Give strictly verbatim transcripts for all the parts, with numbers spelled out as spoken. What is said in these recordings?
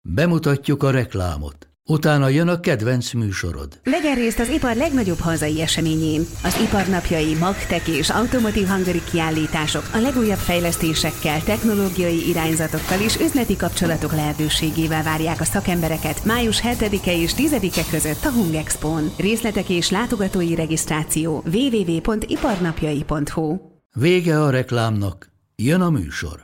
Bemutatjuk a reklámot. Utána jön a kedvenc műsorod. Vegyen részt az ipar legnagyobb hazai eseményén. Az iparnapjai, Magtech és Automotive Hungary kiállítások a legújabb fejlesztésekkel, technológiai irányzatokkal és üzleti kapcsolatok lehetőségével várják a szakembereket május hetedike és tizedike között a Hungexpón. Részletek és látogatói regisztráció double-u double-u double-u pont iparnapjai pont hu. Vége a reklámnak, jön a műsor.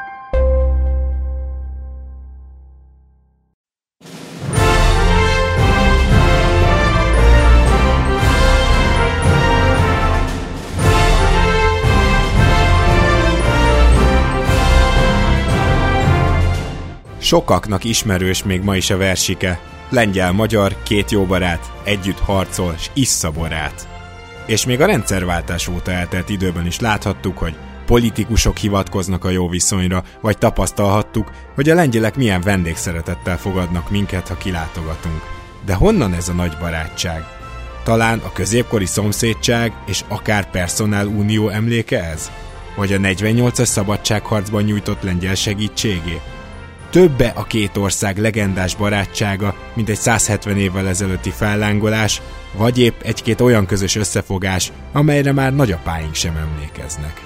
Sokaknak ismerős még ma is a versike. Lengyel-magyar, két jó barát, együtt harcol, s issza borát. És még a rendszerváltás óta eltelt időben is láthattuk, hogy politikusok hivatkoznak a jó viszonyra, vagy tapasztalhattuk, hogy a lengyelek milyen vendégszeretettel fogadnak minket, ha kilátogatunk. De honnan ez a nagy barátság? Talán a középkori szomszédság és akár personál unió emléke ez? Vagy a negyvennyolcas szabadságharcban nyújtott lengyel segítségé? Többe a két ország legendás barátsága, mint egy száz hetven évvel ezelőtti fellángolás, vagy épp egy-két olyan közös összefogás, amelyre már nagyapáink sem emlékeznek.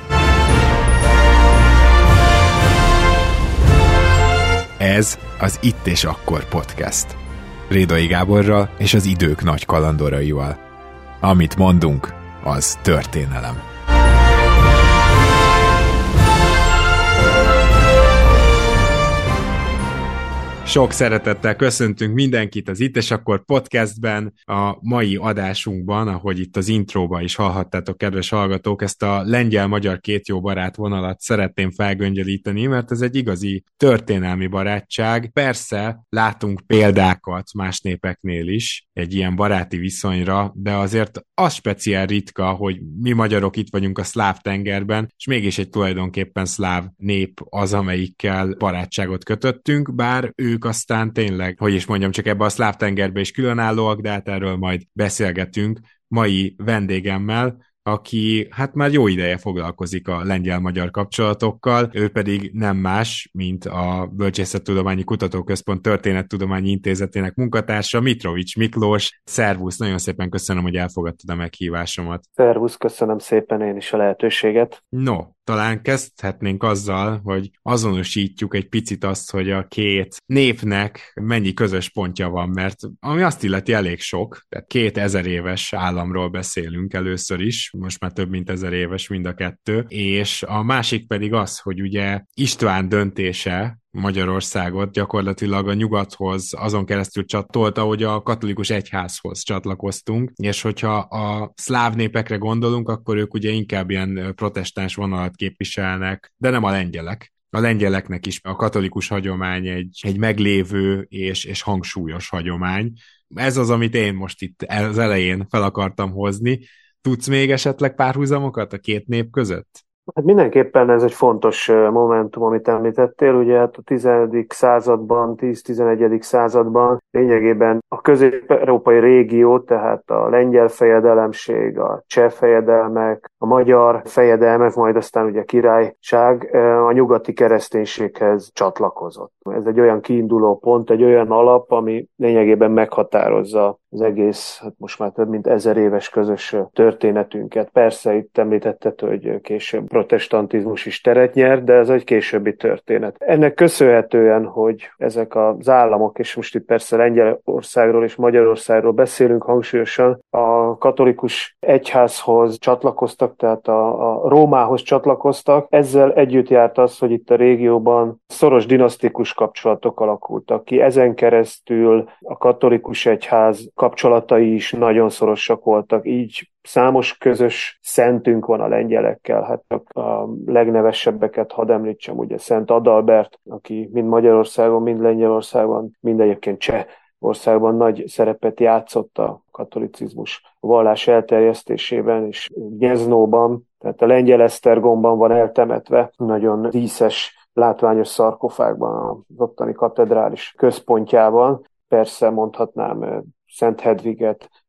Ez az Itt és Akkor podcast. Rédai Gáborral és az idők nagy kalandoraival. Amit mondunk, az történelem. Sok szeretettel köszöntünk mindenkit az Itt és Akkor podcastben, a mai adásunkban, ahogy itt az intróban is hallhattátok, kedves hallgatók, ezt a lengyel-magyar két jó barát vonalat szeretném felgöngyölíteni, mert ez egy igazi történelmi barátság. Persze látunk példákat más népeknél is egy ilyen baráti viszonyra, de azért az speciál ritka, hogy mi magyarok itt vagyunk a szláv tengerben, és mégis egy tulajdonképpen szláv nép az, amelyikkel barátságot kötöttünk, bár ők aztán tényleg, hogy is mondjam, csak ebbe a szláv tengerbe is különállóak, de hát erről majd beszélgetünk mai vendégemmel, aki hát már jó ideje foglalkozik a lengyel-magyar kapcsolatokkal, ő pedig nem más, mint a Bölcsészettudományi Kutatóközpont Történettudományi Intézetének munkatársa, Mitrovics Miklós. Szervusz, nagyon szépen köszönöm, hogy elfogadtad a meghívásomat. Szervusz, köszönöm szépen én is a lehetőséget. No, talán kezdhetnénk azzal, hogy azonosítjuk egy picit azt, hogy a két népnek mennyi közös pontja van, mert ami azt illeti elég sok, tehát két ezer éves államról beszélünk először is, most már több mint ezer éves mind a kettő, és a másik pedig az, hogy ugye István döntése Magyarországot gyakorlatilag a nyugathoz azon keresztül csatolta, hogy a katolikus egyházhoz csatlakoztunk, és hogyha a szláv népekre gondolunk, akkor ők ugye inkább ilyen protestáns vonalat képviselnek, de nem a lengyelek. A lengyeleknek is a katolikus hagyomány egy, egy meglévő és, és hangsúlyos hagyomány. Ez az, amit én most itt az elején fel akartam hozni. Tudsz még esetleg párhuzamokat a két nép között? Hát mindenképpen ez egy fontos momentum, amit említettél, ugye hát a tizenedik században, tíz-tizenegyedik században lényegében a közép-európai régió, tehát a lengyel fejedelemség, a cseh fejedelmek, a magyar fejedelmek, majd aztán ugye királyság a nyugati kereszténységhez csatlakozott. Ez egy olyan kiinduló pont, egy olyan alap, ami lényegében meghatározza az egész, hát most már több mint ezer éves közös történetünket. Persze itt említetted, hogy később protestantizmus is teret nyert, de ez egy későbbi történet. Ennek köszönhetően, hogy ezek az államok, és most itt persze Lengyelországról és Magyarországról beszélünk hangsúlyosan, a katolikus egyházhoz csatlakoztak, tehát a, a Rómához csatlakoztak. Ezzel együtt járt az, hogy itt a régióban szoros dinasztikus kapcsolatok alakultak ki. Ezen keresztül a katolikus egyház kapcsolatai is nagyon szorosak voltak, így számos közös szentünk van a lengyelekkel. Hát a legnevesebbeket hadd említsem, ugye Szent Adalbert, aki mind Magyarországon, mind Lengyelországban, mind egyébként Csehországban nagy szerepet játszott a katolicizmus vallás elterjesztésében, és Gnieznóban, tehát a lengyel Esztergomban van eltemetve, nagyon díszes, látványos szarkofágban, az ottani katedrális központjában. Persze mondhatnám Szent Hedviget,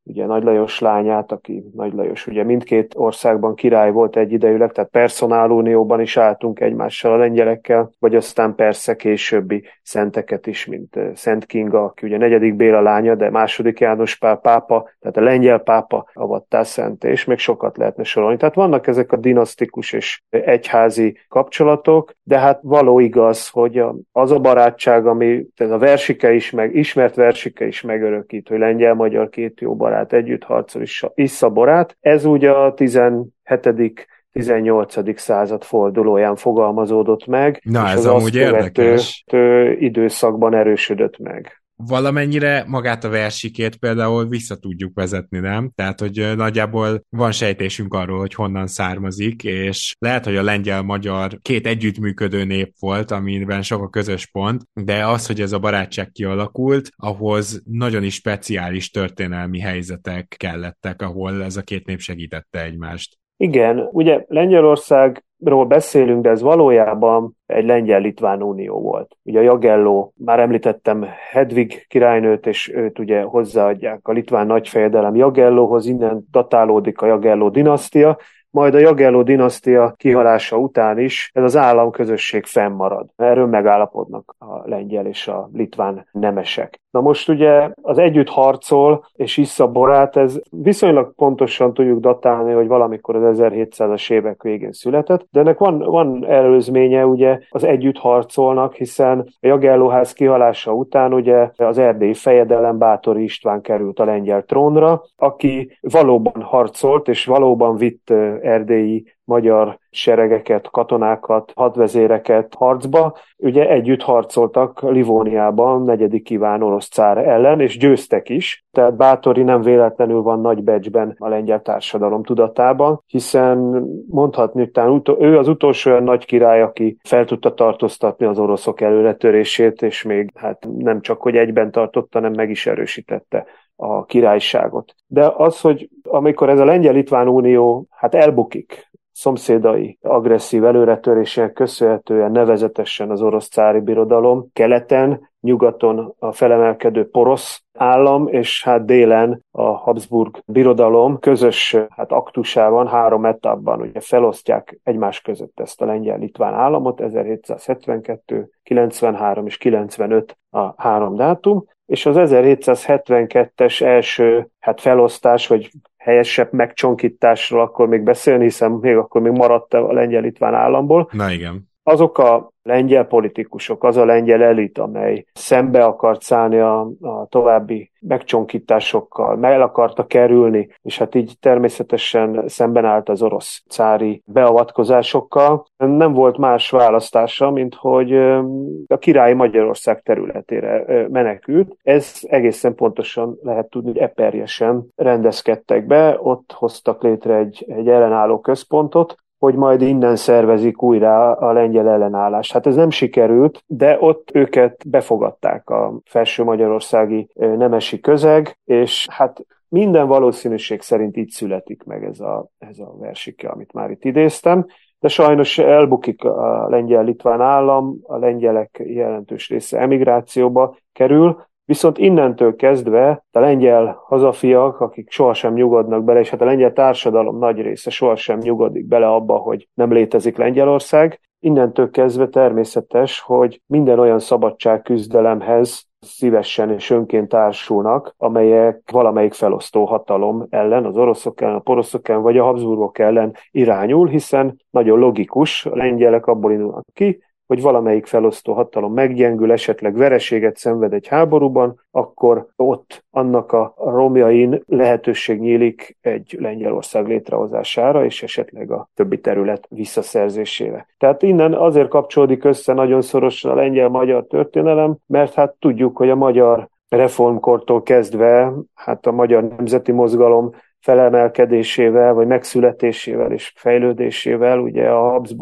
ugye Nagy Lajos lányát, aki Nagy Lajos ugye mindkét országban király volt egyidejűleg, tehát personálunióban is álltunk egymással a lengyelekkel, vagy aztán persze későbbi szenteket is, mint Szent Kinga, aki ugye negyedik Béla lánya, de második János Pál pápa, tehát a lengyel pápa avattá szent, és még sokat lehetne sorolni. Tehát vannak ezek a dinasztikus és egyházi kapcsolatok, de hát való igaz, hogy az a barátság, ami ez a versike is, meg ismert versike is megörökít, hogy lengyel-magyar két jó barát együtt harcol, és issza borát, ez ugye a tizenhetedik tizennyolcadik század fordulóján fogalmazódott meg, Na, és ez az amúgy azt követő érdekes. időszakban erősödött meg. Valamennyire magát a versikét például vissza tudjuk vezetni, nem? Tehát, hogy nagyjából van sejtésünk arról, hogy honnan származik, és lehet, hogy a lengyel-magyar két együttműködő nép volt, amiben sok a közös pont, de az, hogy ez a barátság kialakult, ahhoz nagyon is speciális történelmi helyzetek kellettek, ahol ez a két nép segítette egymást. Igen, ugye Lengyelországról beszélünk, de ez valójában egy lengyel-litván unió volt. Ugye a Jagelló, már említettem Hedvig királynőt, és őt ugye hozzáadják a litván nagyfejedelem Jagellóhoz, innen datálódik a Jagelló dinasztia, majd a Jagelló dinasztia kihalása után is ez az államközösség fennmarad. Erről megállapodnak a lengyel és a litván nemesek. Na most ugye az együtt harcol és issza borát, ez viszonylag pontosan tudjuk datálni, hogy valamikor az ezerhétszázas évek végén született, de ennek van, van előzménye, ugye az együtt harcolnak, hiszen a Jagellóház kihalása után ugye az erdélyi fejedelem Báthory István került a lengyel trónra, aki valóban harcolt és valóban vitt erdélyi magyar seregeket, katonákat, hadvezéreket harcba. Ugye együtt harcoltak Livóniában negyedik Iván orosz cár ellen, és győztek is. Tehát Báthory nem véletlenül van nagy becsben a lengyel társadalom tudatában, hiszen mondhatni, után ő az utolsó olyan nagy király, aki fel tudta tartóztatni az oroszok előretörését, és még hát nem csak, hogy egyben tartotta, hanem meg is erősítette a királyságot. De az, hogy amikor ez a lengyel-litván unió hát elbukik, szomszédai agresszív előretörésének köszönhetően, nevezetesen az orosz cári birodalom, keleten, nyugaton a felemelkedő porosz állam, és hát délen a Habsburg birodalom közös hát aktusában, három etapban ugye felosztják egymás között ezt a lengyel-litván államot, ezerhétszázhetvenkettő, kilencvenhárom és kilencvenöt a három dátum, és az ezerhétszázhetvenkettes első hát felosztás, vagy helyesebb megcsonkításról akkor még beszélni, hiszen még akkor még maradt a lengyel-litván államból. Na igen. Azok a lengyel politikusok, az a lengyel elit, amely szembe akart szállni a, a további megcsonkításokkal, el akarta kerülni, és hát így természetesen szemben állt az orosz cári beavatkozásokkal. Nem volt más választása, mint hogy a király Magyarország területére menekült. Ez egészen pontosan lehet tudni, hogy Eperjesen rendezkedtek be, ott hoztak létre egy, egy ellenálló központot, hogy majd innen szervezik újra a lengyel ellenállást. Hát ez nem sikerült, de ott őket befogadták a felső magyarországi nemesi közeg, és hát minden valószínűség szerint így születik meg ez a, ez a versike, amit már itt idéztem. De sajnos elbukik a lengyel-litván állam, a lengyelek jelentős része emigrációba kerül, viszont innentől kezdve a lengyel hazafiak, akik sohasem nyugodnak bele, és hát a lengyel társadalom nagy része sohasem nyugodik bele abba, hogy nem létezik Lengyelország, innentől kezdve természetes, hogy minden olyan szabadságküzdelemhez szívesen és önként társulnak, amelyek valamelyik felosztó hatalom ellen, az oroszok ellen, a poroszok ellen, vagy a Habsburgok ellen irányul, hiszen nagyon logikus, a lengyelek abból indulnak ki, hogy valamelyik felosztó hatalom meggyengül, esetleg vereséget szenved egy háborúban, akkor ott annak a romjain lehetőség nyílik egy Lengyelország létrehozására, és esetleg a többi terület visszaszerzésére. Tehát innen azért kapcsolódik össze nagyon szorosan a lengyel-magyar történelem, mert hát tudjuk, hogy a magyar reformkortól kezdve hát a magyar nemzeti mozgalom felemelkedésével, vagy megszületésével és fejlődésével ugye a Habsburg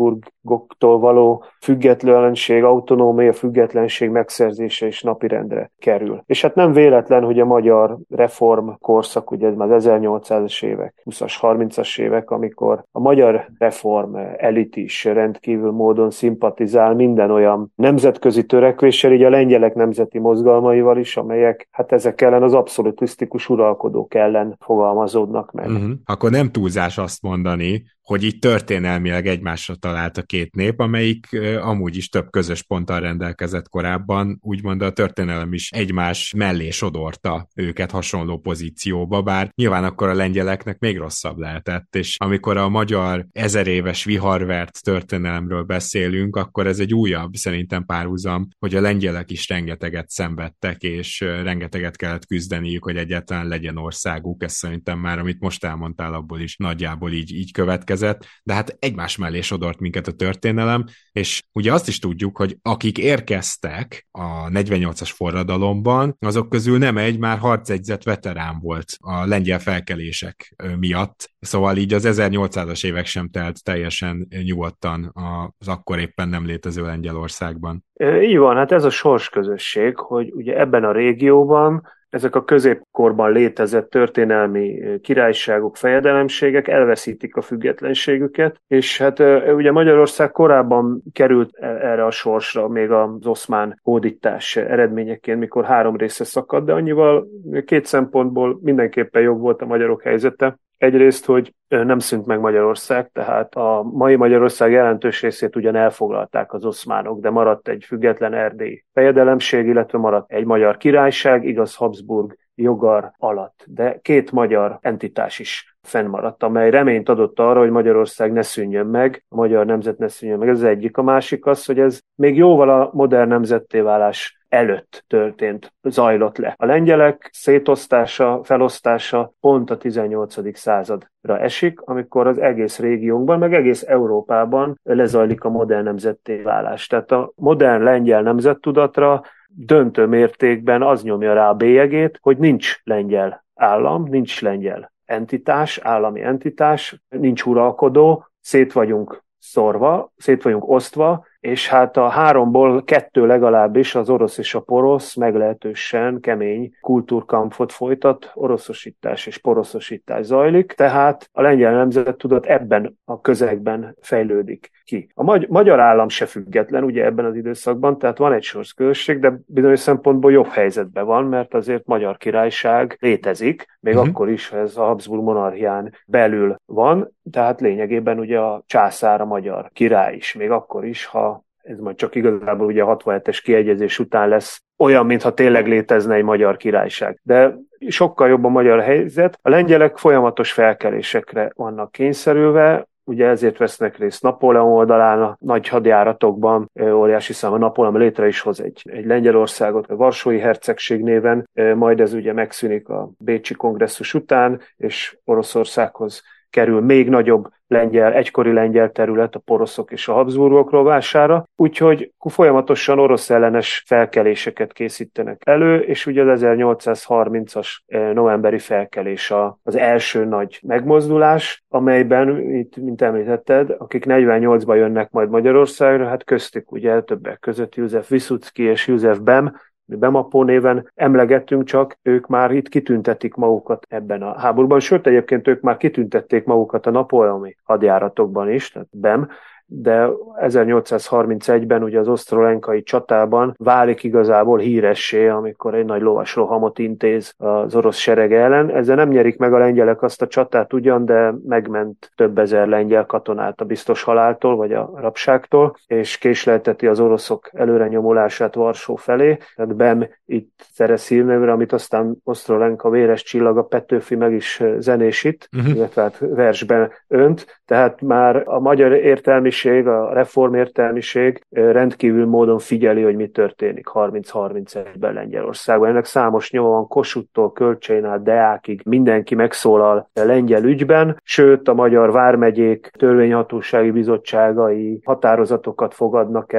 országoktól való függetlenség, autonómia, függetlenség megszerzése is napirendre kerül. És hát nem véletlen, hogy a magyar reform korszak, ugye ez már az ezernyolcszázas évek, húszas, harmincas évek, amikor a magyar reform elit is rendkívül módon szimpatizál minden olyan nemzetközi törekvéssel, így a lengyelek nemzeti mozgalmaival is, amelyek hát ezek ellen az abszolutisztikus uralkodók ellen fogalmazódnak meg. Uh-huh. Akkor nem túlzás azt mondani, hogy itt történelmileg egymásra talált a két nép, amelyik uh, amúgy is több közös ponttal rendelkezett korábban, úgymond a történelem is egymás mellé sodorta őket hasonló pozícióba, bár nyilván akkor a lengyeleknek még rosszabb lehetett, és amikor a magyar ezeréves viharvert történelemről beszélünk, akkor ez egy újabb szerintem párhuzam, hogy a lengyelek is rengeteget szenvedtek, és uh, rengeteget kellett küzdeniük, hogy egyáltalán legyen országuk, ez szerintem már, amit most elmondtál, abból is nagyjából így, így következik. De hát egymás mellé sodort minket a történelem, és ugye azt is tudjuk, hogy akik érkeztek a negyvennyolcas forradalomban, azok közül nem egy már harcegyzett veterán volt a lengyel felkelések miatt, szóval így az ezernyolcszázas évek sem telt teljesen nyugodtan az akkor éppen nem létező Lengyelországban. Így van, hát ez a sorsközösség, hogy ugye ebben a régióban ezek a középkorban létezett történelmi királyságok, fejedelemségek elveszítik a függetlenségüket, és hát ugye Magyarország korábban került erre a sorsra, még az oszmán hódítás eredményeként, mikor három része szakadt, de annyival két szempontból mindenképpen jobb volt a magyarok helyzete. Egyrészt, hogy nem szűnt meg Magyarország, tehát a mai Magyarország jelentős részét ugyan elfoglalták az oszmánok, de maradt egy független erdélyi fejedelemség, illetve maradt egy magyar királyság, igaz Habsburg jogar alatt. De két magyar entitás is fennmaradt, amely reményt adott arra, hogy Magyarország ne szűnjön meg, a magyar nemzet ne szűnjön meg. Ez az egyik. A másik az, hogy ez még jóval a modern nemzetté válás előtt történt, zajlott le. A lengyelek szétosztása, felosztása pont a tizennyolcadik századra esik, amikor az egész régiónkban, meg egész Európában lezajlik a modern nemzetté válás. Tehát a modern lengyel nemzettudatra döntő mértékben az nyomja rá a bélyegét, hogy nincs lengyel állam, nincs lengyel entitás, állami entitás, nincs uralkodó, szét vagyunk szorva, szét vagyunk osztva, és hát a háromból kettő legalábbis, az orosz és a porosz meglehetősen kemény kultúrkampfot folytat, oroszosítás és poroszosítás zajlik, tehát a lengyel nemzettudat ebben a közegben fejlődik ki. A magy- magyar állam se független ugye ebben az időszakban, tehát van egy sorsközösség, de bizonyos szempontból jobb helyzetben van, mert azért Magyar Királyság létezik, még uh-huh. akkor is, ha ez a Habsburg monarchián belül van, tehát lényegében ugye a császár a magyar király is, még akkor is, ha ez majd csak igazából ugye a hatvanhetes kiegyezés után lesz olyan, mintha tényleg létezne egy magyar királyság. De sokkal jobb a magyar helyzet. A lengyelek folyamatos felkelésekre vannak kényszerülve, ugye ezért vesznek részt Napóleon oldalán a nagy hadjáratokban, óriási számú Napóleon létre is hoz egy, egy Lengyelországot, a Varsói Hercegség néven, majd ez ugye megszűnik a Bécsi kongresszus után, és Oroszországhoz kerül még nagyobb lengyel, egykori lengyel terület a poroszok és a Habsburgok rovására, úgyhogy folyamatosan orosz ellenes felkeléseket készítenek elő, és ugye az ezernyolcszázharmincas novemberi felkelés az első nagy megmozdulás, amelyben, itt, mint említetted, akik negyvennyolcban jönnek majd Magyarországra, hát köztük ugye többek között József Viszucki és József Bem, mi Bemapó néven emlegettünk csak, ők már itt kitüntetik magukat ebben a háborúban, sőt egyébként ők már kitüntették magukat a napóleoni hadjáratokban is, tehát Bem, de ezernyolcszázharmincegyben ugye az osztrolenkai csatában válik igazából híressé, amikor egy nagy lovasrohamot intéz az orosz sereg ellen. Ezzel nem nyerik meg a lengyelek azt a csatát ugyan, de megment több ezer lengyel katonát a biztos haláltól, vagy a rabságtól, és késlelteti az oroszok előrenyomulását Varsó felé. Tehát Bem itt szerez hírnévre, amit aztán Osztrolenka véres csillaga Petőfi meg is zenésít, uh-huh. illetve hát versben önt, tehát már a magyar értelmiség, a reformértelmiség rendkívül módon figyeli, hogy mi történik harminc-harmincegyben Lengyelországban. Ennek számos nyoma van, Kossuth-tól Kölcsén át Deákig, mindenki megszólal a lengyel ügyben, sőt a magyar vármegyék törvényhatósági bizottságai határozatokat fogadnak el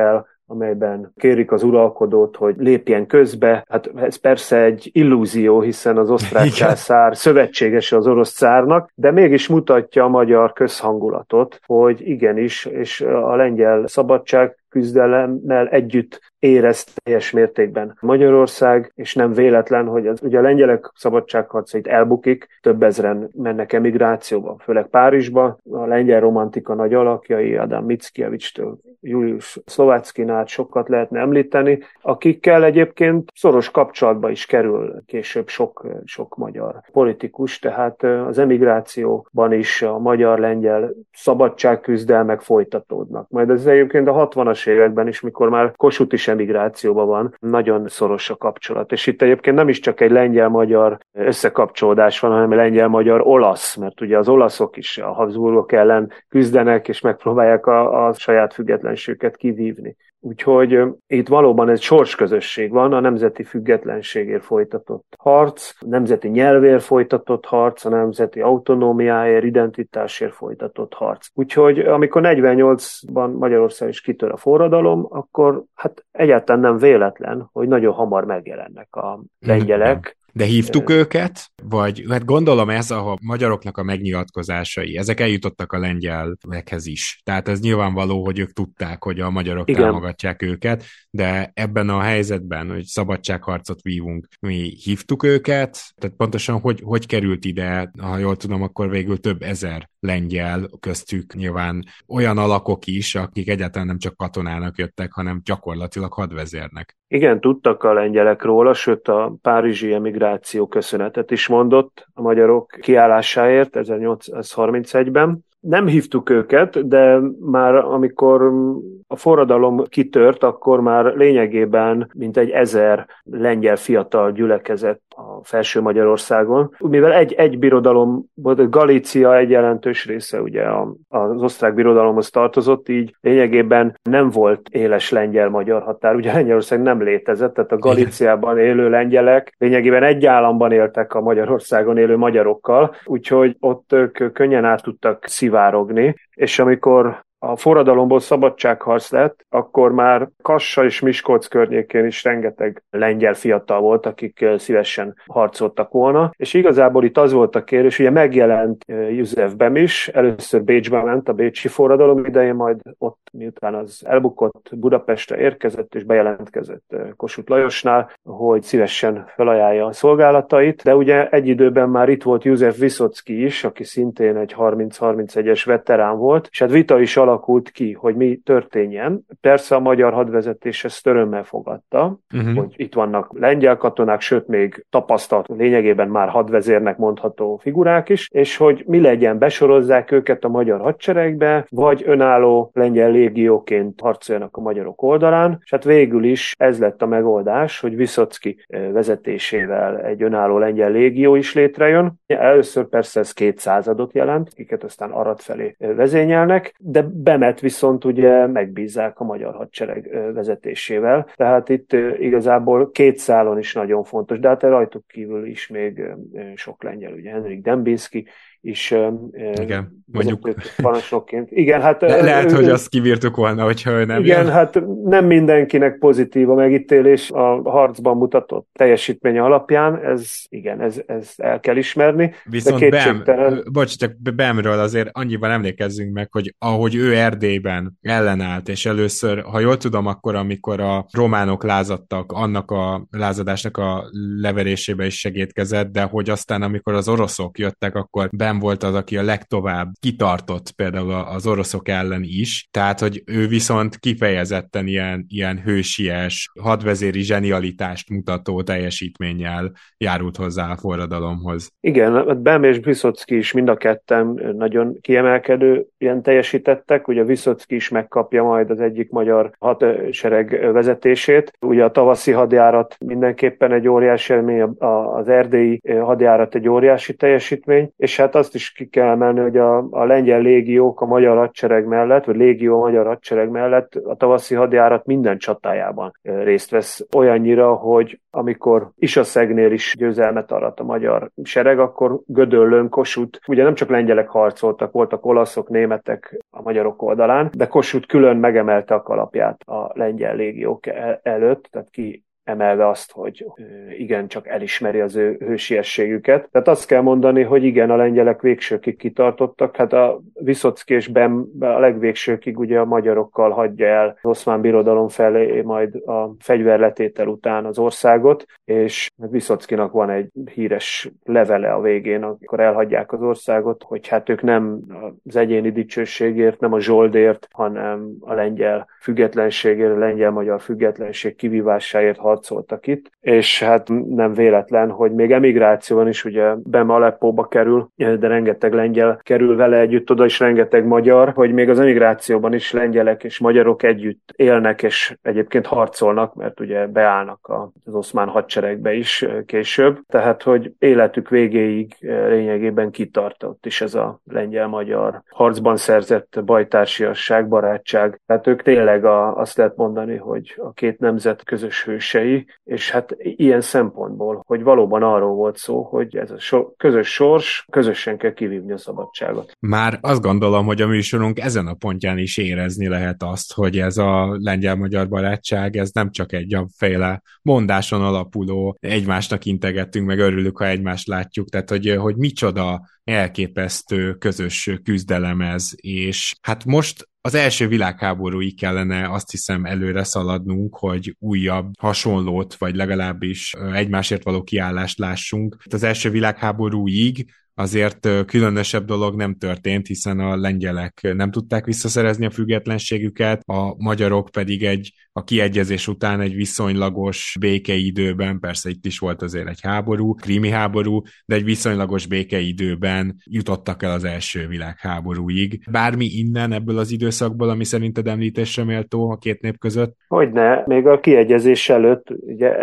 amelyben kérik az uralkodót, hogy lépjen közbe. Hát ez persze egy illúzió, hiszen az osztrák császár szövetségese az orosz cárnak, de mégis mutatja a magyar közhangulatot, hogy igenis, és a lengyel szabadság küzdelemmel együtt érez teljes mértékben Magyarország, és nem véletlen, hogy az, ugye a lengyelek szabadságharcait elbukik, több ezren mennek emigrációba, főleg Párizsba, a lengyel romantika nagy alakjai, Adam Mickiewicz-től Julius Szlováckin át sokat lehetne említeni, akikkel egyébként szoros kapcsolatba is kerül később sok, sok magyar politikus, tehát az emigrációban is a magyar-lengyel szabadságküzdelmek folytatódnak. Majd ez egyébként a hatvanas években is, mikor már Kossuth is emigrációban van, nagyon szoros a kapcsolat. És itt egyébként nem is csak egy lengyel-magyar összekapcsolódás van, hanem egy lengyel-magyar-olasz, mert ugye az olaszok is a Habsburgok ellen küzdenek, és megpróbálják a, a saját függetlenségüket kivívni. Úgyhogy itt valóban egy sorsközösség van, a nemzeti függetlenségért folytatott harc, a nemzeti nyelvért folytatott harc, a nemzeti autonómiáért, identitásért folytatott harc. Úgyhogy amikor negyvennyolcban Magyarország is kitör a forradalom, akkor hát egyáltalán nem véletlen, hogy nagyon hamar megjelennek a lengyelek. De hívtuk őket? Vagy hát gondolom ez a magyaroknak a megnyilatkozásai, ezek eljutottak a lengyelekhez is. Tehát ez nyilvánvaló, hogy ők tudták, hogy a magyarok Igen. támogatják őket, de ebben a helyzetben, hogy szabadságharcot vívunk, mi hívtuk őket, tehát pontosan hogy, hogy került ide, ha jól tudom, akkor végül több ezer lengyel, köztük nyilván olyan alakok is, akik egyáltalán nem csak katonának jöttek, hanem gyakorlatilag hadvezérnek. Igen, tudtak a lengyelek róla, sőt a párizsi emigráció köszönetet is mondott a magyarok kiállásáért ezernyolcszázharmincegyben. Nem hívtuk őket, de már amikor a forradalom kitört, akkor már lényegében mintegy ezer lengyel fiatal gyülekezett a felső Magyarországon. Mivel egy, egy birodalom volt, Galícia egy jelentős része ugye az osztrák birodalomhoz tartozott, így lényegében nem volt éles lengyel-magyar határ. Ugye Lengyelország nem létezett, tehát a Galíciában élő lengyelek lényegében egy államban éltek a Magyarországon élő magyarokkal, úgyhogy ott ők könnyen át tudtak szivárogni, és amikor a forradalomból szabadságharc lett, akkor már Kassa és Miskolc környékén is rengeteg lengyel fiatal volt, akik szívesen harcoltak volna, és igazából itt az volt a kérés, ugye megjelent József Bem is, először Bécsbe ment a bécsi forradalom idején, majd ott miután az elbukott Budapestre érkezett és bejelentkezett Kossuth Lajosnál, hogy szívesen felajánlja a szolgálatait, de ugye egy időben már itt volt József Viszocki is, aki szintén egy harminc-harmincegyes veterán volt, és hát vita is alakult ki, hogy mi történjen. Persze a magyar hadvezetés ezt örömmel fogadta, uh-huh. hogy itt vannak lengyel katonák, sőt még tapasztalt, lényegében már hadvezérnek mondható figurák is, és hogy mi legyen, besorozzák őket a magyar hadseregbe, vagy önálló lengyel légióként harcoljanak a magyarok oldalán, és hát végül is ez lett a megoldás, hogy Viszocki vezetésével egy önálló lengyel légió is létrejön. Először persze ez két századot jelent, akiket aztán Arad felé vezényelnek, de Bemet viszont ugye megbízzák a magyar hadsereg vezetésével, tehát itt igazából két szálon is nagyon fontos, de hát rajtuk kívül is még sok lengyel, ugye Henrik Dembinski is igen, mondjuk parancsnokként. Igen, hát Le- lehet, ő, hogy azt kivírtuk volna, hogyha ő nem igen, jön. hát nem mindenkinek pozitív a megítélés a harcban mutatott teljesítménye alapján, ez igen, ez, ez el kell ismerni. Viszont de kétségtelen... Bem, bocs, csak Bemről azért annyiban emlékezzünk meg, hogy ahogy ő Erdélyben ellenállt, és először, ha jól tudom, akkor amikor a románok lázadtak, annak a lázadásnak a leverésébe is segítkezett, de hogy aztán amikor az oroszok jöttek, akkor Bem volt az, aki a legtovább kitartott például az oroszok ellen is, tehát, hogy ő viszont kifejezetten ilyen, ilyen hősies, hadvezéri zsenialitást mutató teljesítménnyel járult hozzá a forradalomhoz. Igen, Bem és Viszocki is mind a ketten nagyon kiemelkedő ilyen teljesítettek, ugye Viszocki is megkapja majd az egyik magyar hadsereg vezetését, ugye a tavaszi hadjárat mindenképpen egy óriási élmény, az erdélyi hadjárat egy óriási teljesítmény, és hát azt is ki kell emelni, hogy a, a lengyel légiók a magyar hadsereg mellett, vagy légió a magyar hadsereg mellett a tavaszi hadjárat minden csatájában részt vesz, olyannyira, hogy amikor Isaszegnél is győzelmet arat a magyar sereg, akkor Gödöllőn, Kossuth, ugye nem csak lengyelek harcoltak, voltak olaszok, németek a magyarok oldalán, de Kossuth külön megemelte a kalapját a lengyel légiók előtt, tehát ki emelve azt, hogy igen, csak elismeri az ő hősiességüket. Tehát azt kell mondani, hogy igen, a lengyelek végsőkig kitartottak. Hát a Viszocki és Bem a legvégsőkig ugye a magyarokkal hagyja el az Oszmán Birodalom felé majd a fegyverletétel után az országot, és Viszockinak van egy híres levele a végén, amikor elhagyják az országot, hogy hát ők nem az egyéni dicsőségért, nem a zsoldért, hanem a lengyel függetlenségért, a lengyel-magyar függetlenség kivívásáért harcoltak itt, és hát nem véletlen, hogy még emigrációban is ugye Bem Aleppóba kerül, de rengeteg lengyel kerül vele együtt oda, és rengeteg magyar, hogy még az emigrációban is lengyelek és magyarok együtt élnek, és egyébként harcolnak, mert ugye beállnak az oszmán hadseregbe is később, tehát hogy életük végéig lényegében kitartott is ez a lengyel-magyar harcban szerzett bajtársiasság, barátság. Tehát ők tényleg a, azt lehet mondani, hogy a két nemzet közös hősei, és hát ilyen szempontból, hogy valóban arról volt szó, hogy ez a so- közös sors, közösen kell kivívni a szabadságot. Már azt gondolom, hogy a műsorunk ezen a pontján is érezni lehet azt, hogy ez a lengyel-magyar barátság, ez nem csak egy féle mondáson alapuló, egymásnak integettünk, meg örülünk, ha egymást látjuk, tehát hogy, hogy micsoda elképesztő közös küzdelem ez, és hát most az első világháborúig kellene azt hiszem előre szaladnunk, hogy újabb hasonlót, vagy legalábbis egymásért való kiállást lássunk. Az első világháborúig azért különösebb dolog nem történt, hiszen a lengyelek nem tudták visszaszerezni a függetlenségüket, a magyarok pedig egy a kiegyezés után egy viszonylagos békeidőben, persze itt is volt azért egy háború, krími háború, de egy viszonylagos békeidőben jutottak el az első világháborúig. Bármi innen ebből az időszakból, ami szerinted említésre méltó a két nép között? Hogyne, még a kiegyezés előtt, ugye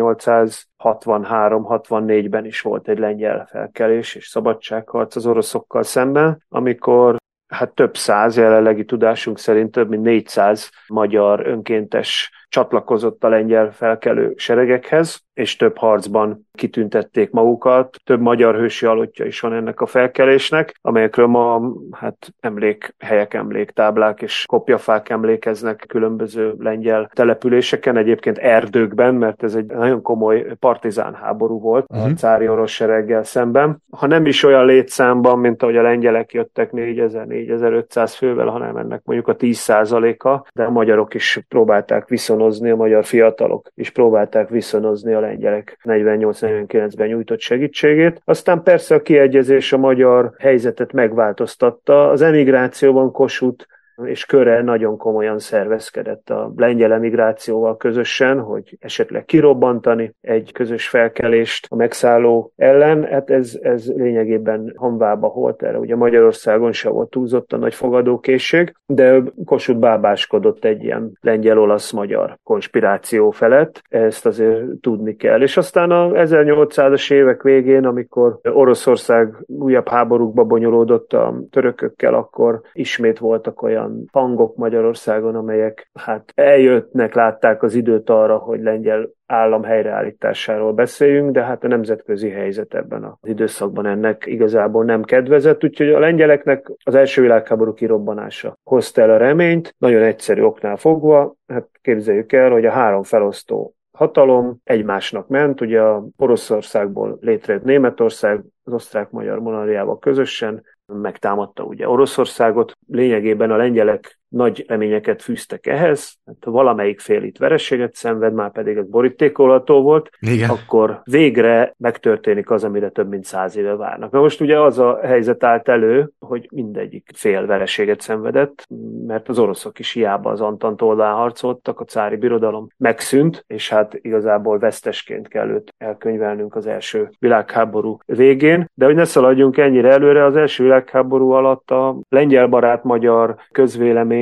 ezernyolcszázhatvanhárom-hatvannégyben is volt egy lengyel felkelés és szabadságharc az oroszokkal szemben, amikor hát több száz, jelenlegi tudásunk szerint több mint négyszáz magyar önkéntes csatlakozott a lengyel felkelő seregekhez, és több harcban kitüntették magukat. Több magyar hősi halottja is van ennek a felkelésnek, amelyekről ma hát emlékhelyek, emléktáblák és kopjafák emlékeznek különböző lengyel településeken, egyébként erdőkben, mert ez egy nagyon komoly partizán háború volt uh-huh. a cári orosz sereggel szemben. Ha nem is olyan létszámban, mint ahogy a lengyelek jöttek négyezer-négyezer-ötszáz fővel, hanem ennek mondjuk a tíz százaléka, de a magyarok is próbálták viszonozni, a magyar fiatalok is próbálták viszonozni a lengyelek negyvennyolc-negyvenkilencben nyújtott segítségét. Aztán persze a kiegyezés a magyar helyzetet megváltoztatta. Az emigrációban Kossuth és köre nagyon komolyan szervezkedett a lengyel emigrációval közösen, hogy esetleg kirobbantani egy közös felkelést a megszálló ellen. Hát ez, ez lényegében hamvába volt, erre ugye Magyarországon se volt túlzottan nagy fogadókészség, de Kossuth bábáskodott egy ilyen lengyel-olasz-magyar konspiráció felett, ezt azért tudni kell. És aztán a ezernyolcszázas évek végén, amikor Oroszország újabb háborúkba bonyolódott a törökökkel, akkor ismét voltak olyan hangok Magyarországon, amelyek hát eljöttnek, látták az időt arra, hogy lengyel állam helyreállításáról beszéljünk, de hát a nemzetközi helyzet ebben az időszakban ennek igazából nem kedvezett, úgyhogy a lengyeleknek az első világháború kirobbanása hozta el a reményt, nagyon egyszerű oknál fogva, hát képzeljük el, hogy a három felosztó hatalom egymásnak ment, ugye a Oroszországból létrejött Németország, az osztrák-magyar monarchiával közösen megtámadta ugye Oroszországot, lényegében a lengyelek nagy reményeket fűztek ehhez, hát valamelyik fél itt vereséget szenved, már pedig ez borítékolható volt, igen. Akkor végre megtörténik az, amire több mint száz éve várnak. Na most ugye az a helyzet állt elő, hogy mindegyik fél vereséget szenvedett, mert az oroszok is hiába az Antant oldalán harcoltak, a cári birodalom megszűnt, és hát igazából vesztesként kell őt elkönyvelnünk az első világháború végén. De hogy ne szaladjunk ennyire előre, az első világháború alatt a lengyel barát magyar közvélemény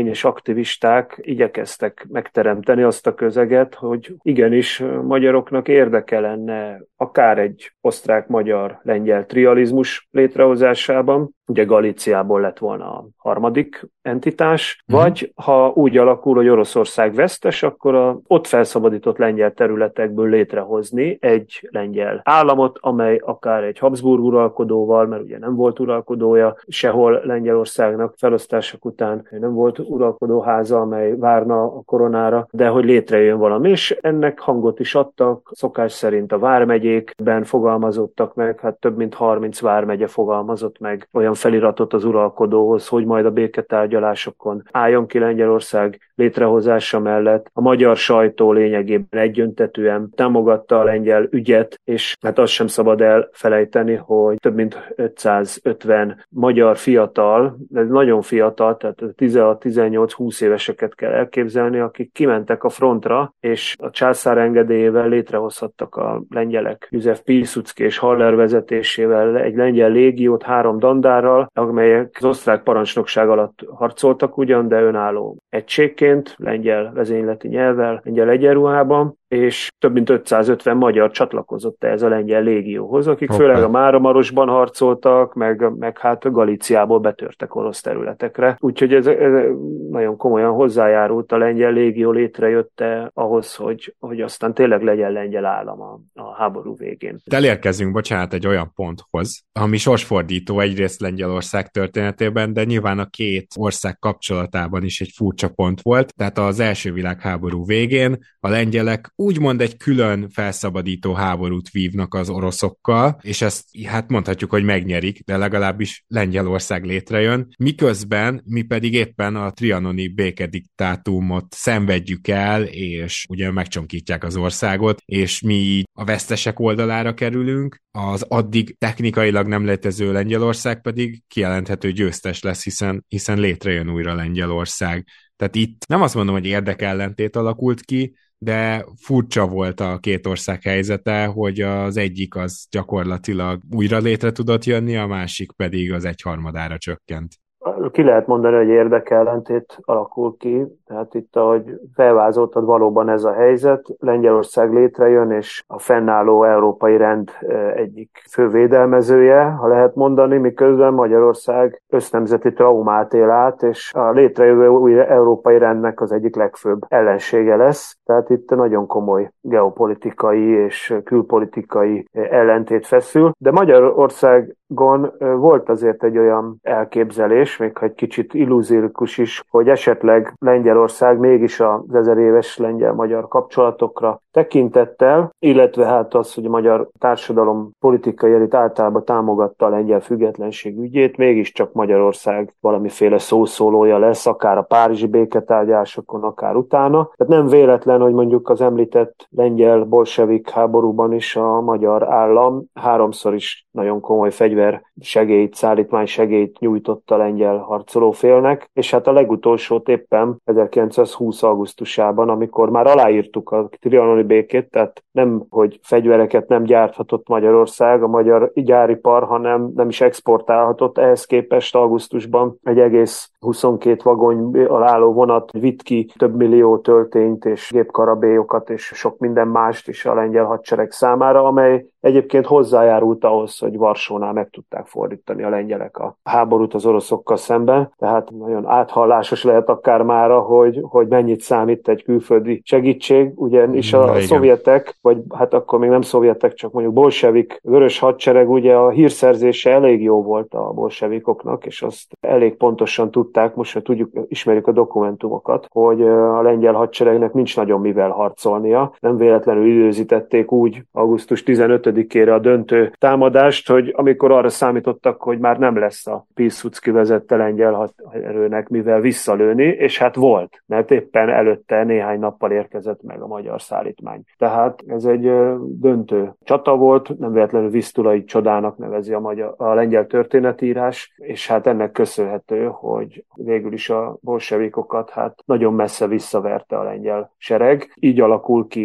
és aktivisták igyekeztek megteremteni azt a közeget, hogy igenis magyaroknak érdeke lenne akár egy osztrák-magyar-lengyel trializmus létrehozásában, ugye Galíciából lett volna a harmadik entitás, mm. vagy ha úgy alakul, hogy Oroszország vesztes, akkor a ott felszabadított lengyel területekből létrehozni egy lengyel államot, amely akár egy Habsburg uralkodóval, mert ugye nem volt uralkodója, sehol Lengyelországnak felosztások után nem volt uralkodóháza, amely várna a koronára, de hogy létrejön valami, és ennek hangot is adtak, szokás szerint a vármegyékben fogalmazottak meg, hát több mint harminc vármegye fogalmazott meg olyan feliratot az uralkodóhoz, hogy majd a béketárgyalásokon álljon ki Lengyelország létrehozása mellett. A magyar sajtó lényegében egyöntetűen támogatta a lengyel ügyet, és hát azt sem szabad elfelejteni, hogy több mint ötszázötven magyar fiatal, de nagyon fiatal, tehát tizenhat-tizennyolc-húsz éveseket kell elképzelni, akik kimentek a frontra, és a császár engedélyével létrehozhattak a lengyelek József Piłsudski és Haller vezetésével egy lengyel légiót három dandárral, amelyek az osztrák parancsnokság alatt harcoltak ugyan, de önálló egységként, lengyel vezényleti nyelvvel, lengyel egyenruhában, és több mint ötszázötven magyar csatlakozott ehhez a lengyel légióhoz, akik okay. főleg a Máramarosban harcoltak, meg, meg hát Galíciából betörtek orosz területekre. Úgyhogy ez, ez nagyon komolyan hozzájárult a lengyel légió létrejötte ahhoz, hogy, hogy aztán tényleg legyen lengyel állam a, a háború végén. Elérkezünk, bocsánat, egy olyan ponthoz, ami sorsfordító egyrészt Lengyelország történetében, de nyilván a két ország kapcsolatában is egy furcsa pont volt. Tehát az első világháború végén a lengyelek úgymond egy külön felszabadító háborút vívnak az oroszokkal, és ezt hát mondhatjuk, hogy megnyerik, de legalábbis Lengyelország létrejön, miközben mi pedig éppen a trianoni békediktátumot szenvedjük el, és ugye megcsonkítják az országot, és mi így a vesztesek oldalára kerülünk, az addig technikailag nem létező Lengyelország pedig kijelenthető győztes lesz, hiszen, hiszen létrejön újra Lengyelország. Tehát itt nem azt mondom, hogy érdekellentét alakult ki, de furcsa volt a két ország helyzete, hogy az egyik az gyakorlatilag újra létre tudott jönni, a másik pedig az egyharmadára csökkent. Ki lehet mondani, hogy érdekellentét alakul ki, tehát itt, ahogy felvázoltad, valóban ez a helyzet. Lengyelország létrejön, és a fennálló európai rend egyik fő védelmezője, ha lehet mondani, miközben Magyarország össznemzeti traumát él át, és a létrejövő új európai rendnek az egyik legfőbb ellensége lesz. Tehát itt nagyon komoly geopolitikai és külpolitikai ellentét feszül, de Magyarországon volt azért egy olyan elképzelés, még ha egy kicsit illúziókus is, hogy esetleg Lengyelország mégis az ezer éves lengyel-magyar kapcsolatokra tekintettel, illetve hát az, hogy a magyar társadalom politikai elit általában támogatta a lengyel függetlenség ügyét, mégiscsak Magyarország valamiféle szószólója lesz, akár a párizsi béketárgyalásokon, akár utána. Tehát nem véletlen, hogy mondjuk az említett lengyel-bolsevik háborúban is a magyar állam háromszor is nagyon komoly fegyver segélyt, szállítmány segélyt nyújtott a lengyel harcolófélnek, és hát a legutolsót éppen ezerkilencszázhúsz augusztusában, amikor már aláírtuk a trianoni békét, tehát nem, hogy fegyvereket nem gyárthatott Magyarország, a magyar gyáripar, hanem nem is exportálhatott, ehhez képest augusztusban egy egész huszonkét vagonyból álló vonat vitt ki több millió töltényt és gépkarabélyokat és sok minden mást is a lengyel hadsereg számára, amely egyébként hozzájárult ahhoz, hogy Varsónál meg tudták fordítani a lengyelek a háborút az oroszokkal szemben. Tehát nagyon áthallásos lehet akár mára, hogy, hogy mennyit számít egy külföldi segítség, ugyanis a Na, szovjetek, vagy hát akkor még nem szovjetek, csak mondjuk bolsevik, vörös hadsereg, ugye a hírszerzése elég jó volt a bolsevikoknak, és azt elég pontosan tudták, most ha tudjuk, ismerjük a dokumentumokat, hogy a lengyel hadseregnek nincs nagyon mivel harcolnia. Nem véletlenül időzítették úgy augusztus tizenötödikére a döntő támadást, hogy amikor arra számítottak, hogy már nem lesz a Piłsudski vezette lengyel erőnek mivel visszalőni, és hát volt, mert éppen előtte néhány nappal érkezett meg a magyar szállítmány. Tehát ez egy döntő csata volt, nem véletlenül Visztulai csodának nevezi a, magyar, a lengyel történetírás, és hát ennek köszönhető, hogy végül is a bolsevikokat hát nagyon messze visszaverte a lengyel sereg. Így alakul ki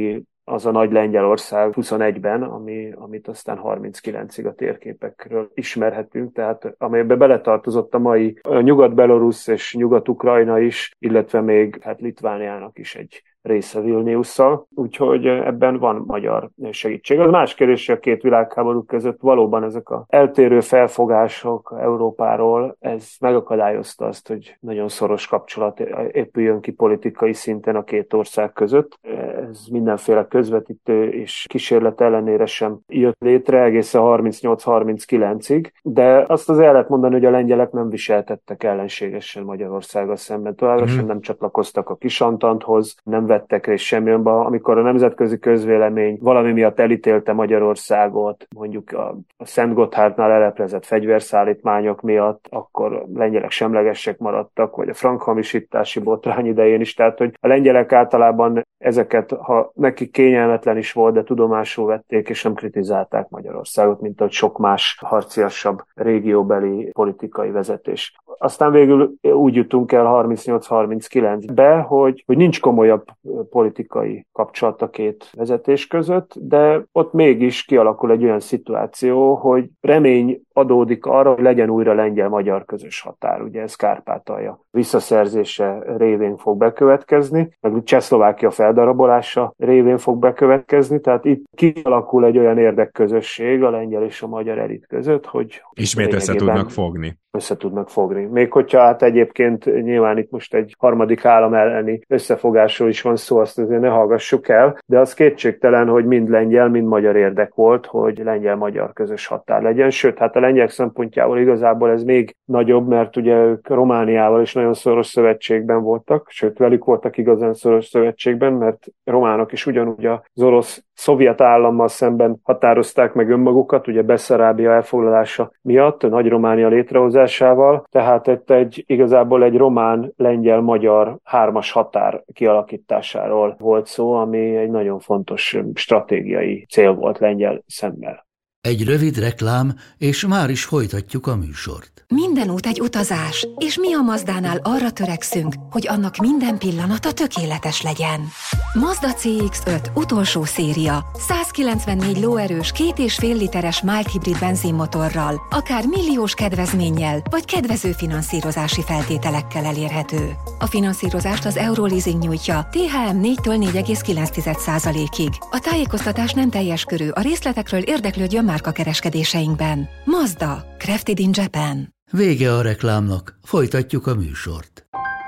az a nagy Lengyelország huszonegyben, ami, amit aztán harminckilencig a térképekről ismerhetünk, tehát amelybe beletartozott a mai a Nyugat-Belorusz és Nyugat-Ukrajna is, illetve még hát Litvániának is egy része Vilniusszal, úgyhogy ebben van magyar segítség. Az más kérdés, hogy a két világháború között valóban ezek a eltérő felfogások Európáról, ez megakadályozta azt, hogy nagyon szoros kapcsolat épüljön ki politikai szinten a két ország között. Ez mindenféle közvetítő és kísérlet ellenére sem jött létre egészen harmincnyolc harminckilencig, de azt az el lehet mondani, hogy a lengyelek nem viseltettek ellenségesen Magyarországgal szemben. Továbbra mm. sem nem csatlakoztak a Kisantanthoz, nem vettek részt semmilyenben, amikor a nemzetközi közvélemény valami miatt elítélte Magyarországot, mondjuk a, a Szent Gotthardnál eleplezett fegyverszállítmányok miatt, akkor lengyelek semlegesek maradtak, vagy a frankhamisítási botrány idején is, tehát hogy a lengyelek általában ezeket, ha nekik kényelmetlen is volt, de tudomásul vették, és nem kritizálták Magyarországot, mint ahogy sok más harciasabb régióbeli politikai vezetés. Aztán végül úgy jutunk el harmincnyolc harminckilencbe, hogy, hogy nincs komolyabb politikai kapcsolat a két vezetés között, de ott mégis kialakul egy olyan szituáció, hogy remény adódik arra, hogy legyen újra lengyel-magyar közös határ. Ugye ez Kárpátalja visszaszerzése révén fog bekövetkezni, meg Csehszlovákia feldarabolása révén fog bekövetkezni, tehát itt kialakul egy olyan érdekközösség a lengyel és a magyar elit között, hogy ismét össze tudnak fogni. Össze tudnak fogni. Még hogyha hát egyébként nyilván itt most egy harmadik állam elleni összefogásról is van szó, azt azért ne hallgassuk el, de az kétségtelen, hogy mind lengyel, mind magyar érdek volt, hogy lengyel-magyar közös határ legyen. Sőt, hát a lengyel szempontjából igazából ez még nagyobb, mert ugye ők Romániával is nagyon szoros szövetségben voltak, sőt, velük voltak igazán szoros szövetségben, mert románok is ugyanúgy az orosz szovjet állammal szemben határozták meg önmagukat, ugye Beszarábia elfoglalása miatt, a Nagy Románia létrehozásával, tehát itt egy, igazából egy román-lengyel-magyar hármas határ kialakításáról volt szó, ami egy nagyon fontos stratégiai cél volt lengyel szemmel. Egy rövid reklám, és már is folytatjuk a műsort. Minden út egy utazás, és mi a Mazdánál arra törekszünk, hogy annak minden pillanata tökéletes legyen. Mazda cé iksz öt utolsó széria, százkilencvennégy lóerős, két és fél literes mild hibrid benzinmotorral, akár milliós kedvezménnyel, vagy kedvező finanszírozási feltételekkel elérhető. A finanszírozást az Euroleasing nyújtja té há em négytől négy egész kilenc százalékig. A tájékoztatás nem teljes körű, a részletekről érdeklődjön márkakereskedéseinkben. Mazda, crafted in Japan. Vége a reklámnak, folytatjuk a műsort.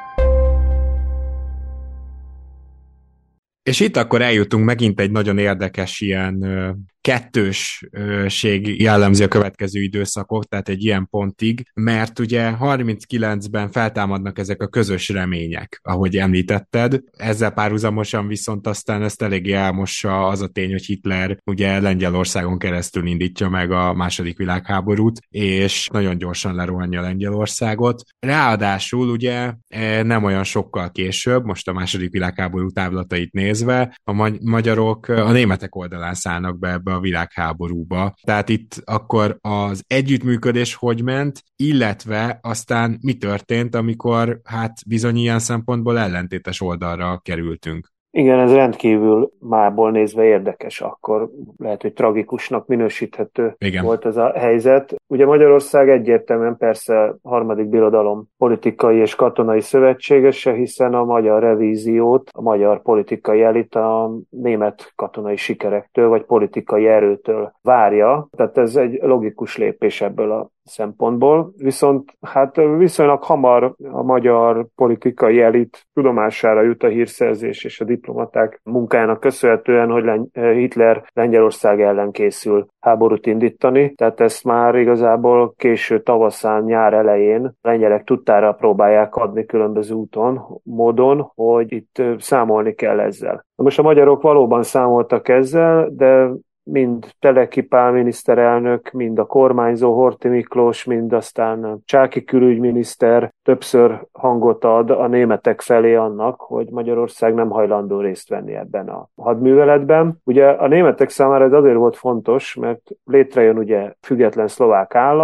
És itt akkor eljutunk megint egy nagyon érdekes ilyen ö, kettősség jellemzi a következő időszakok, tehát egy ilyen pontig, mert ugye harminckilencben feltámadnak ezek a közös remények, ahogy említetted, ezzel párhuzamosan viszont aztán ezt eléggé elmossa az a tény, hogy Hitler ugye Lengyelországon keresztül indítja meg a második világháborút, és nagyon gyorsan lerohanja Lengyelországot. Ráadásul ugye nem olyan sokkal később, most a második világháború távlatait nézve, a magy- magyarok a németek oldalán szállnak be ebbe a világháborúba. Tehát itt akkor az együttműködés hogy ment, illetve aztán mi történt, amikor hát bizony ilyen szempontból ellentétes oldalra kerültünk. Igen, ez rendkívül mából nézve érdekes, akkor lehet, hogy tragikusnak minősíthető Igen. volt ez a helyzet. Ugye Magyarország egyértelműen persze harmadik birodalom politikai és katonai szövetségese, hiszen a magyar revíziót, a magyar politikai elit a német katonai sikerektől vagy politikai erőtől várja. Tehát ez egy logikus lépés ebből a szempontból, viszont hát viszonylag hamar a magyar politikai elit tudomására jut a hírszerzés és a diplomaták munkájának köszönhetően, hogy Hitler Lengyelország ellen készül háborút indítani, tehát ezt már igazából késő tavaszán, nyár elején lengyelek tudtára próbálják adni különböző úton, módon, hogy itt számolni kell ezzel. Most a magyarok valóban számoltak ezzel, de mind Teleki Pál miniszterelnök, mind a kormányzó Horthy Miklós, mind aztán Csáky külügyminiszter többször hangot ad a németek felé annak, hogy Magyarország nem hajlandó részt venni ebben a hadműveletben. Ugye a németek számára ez azért volt fontos, mert létrejön ugye független szlovák állam,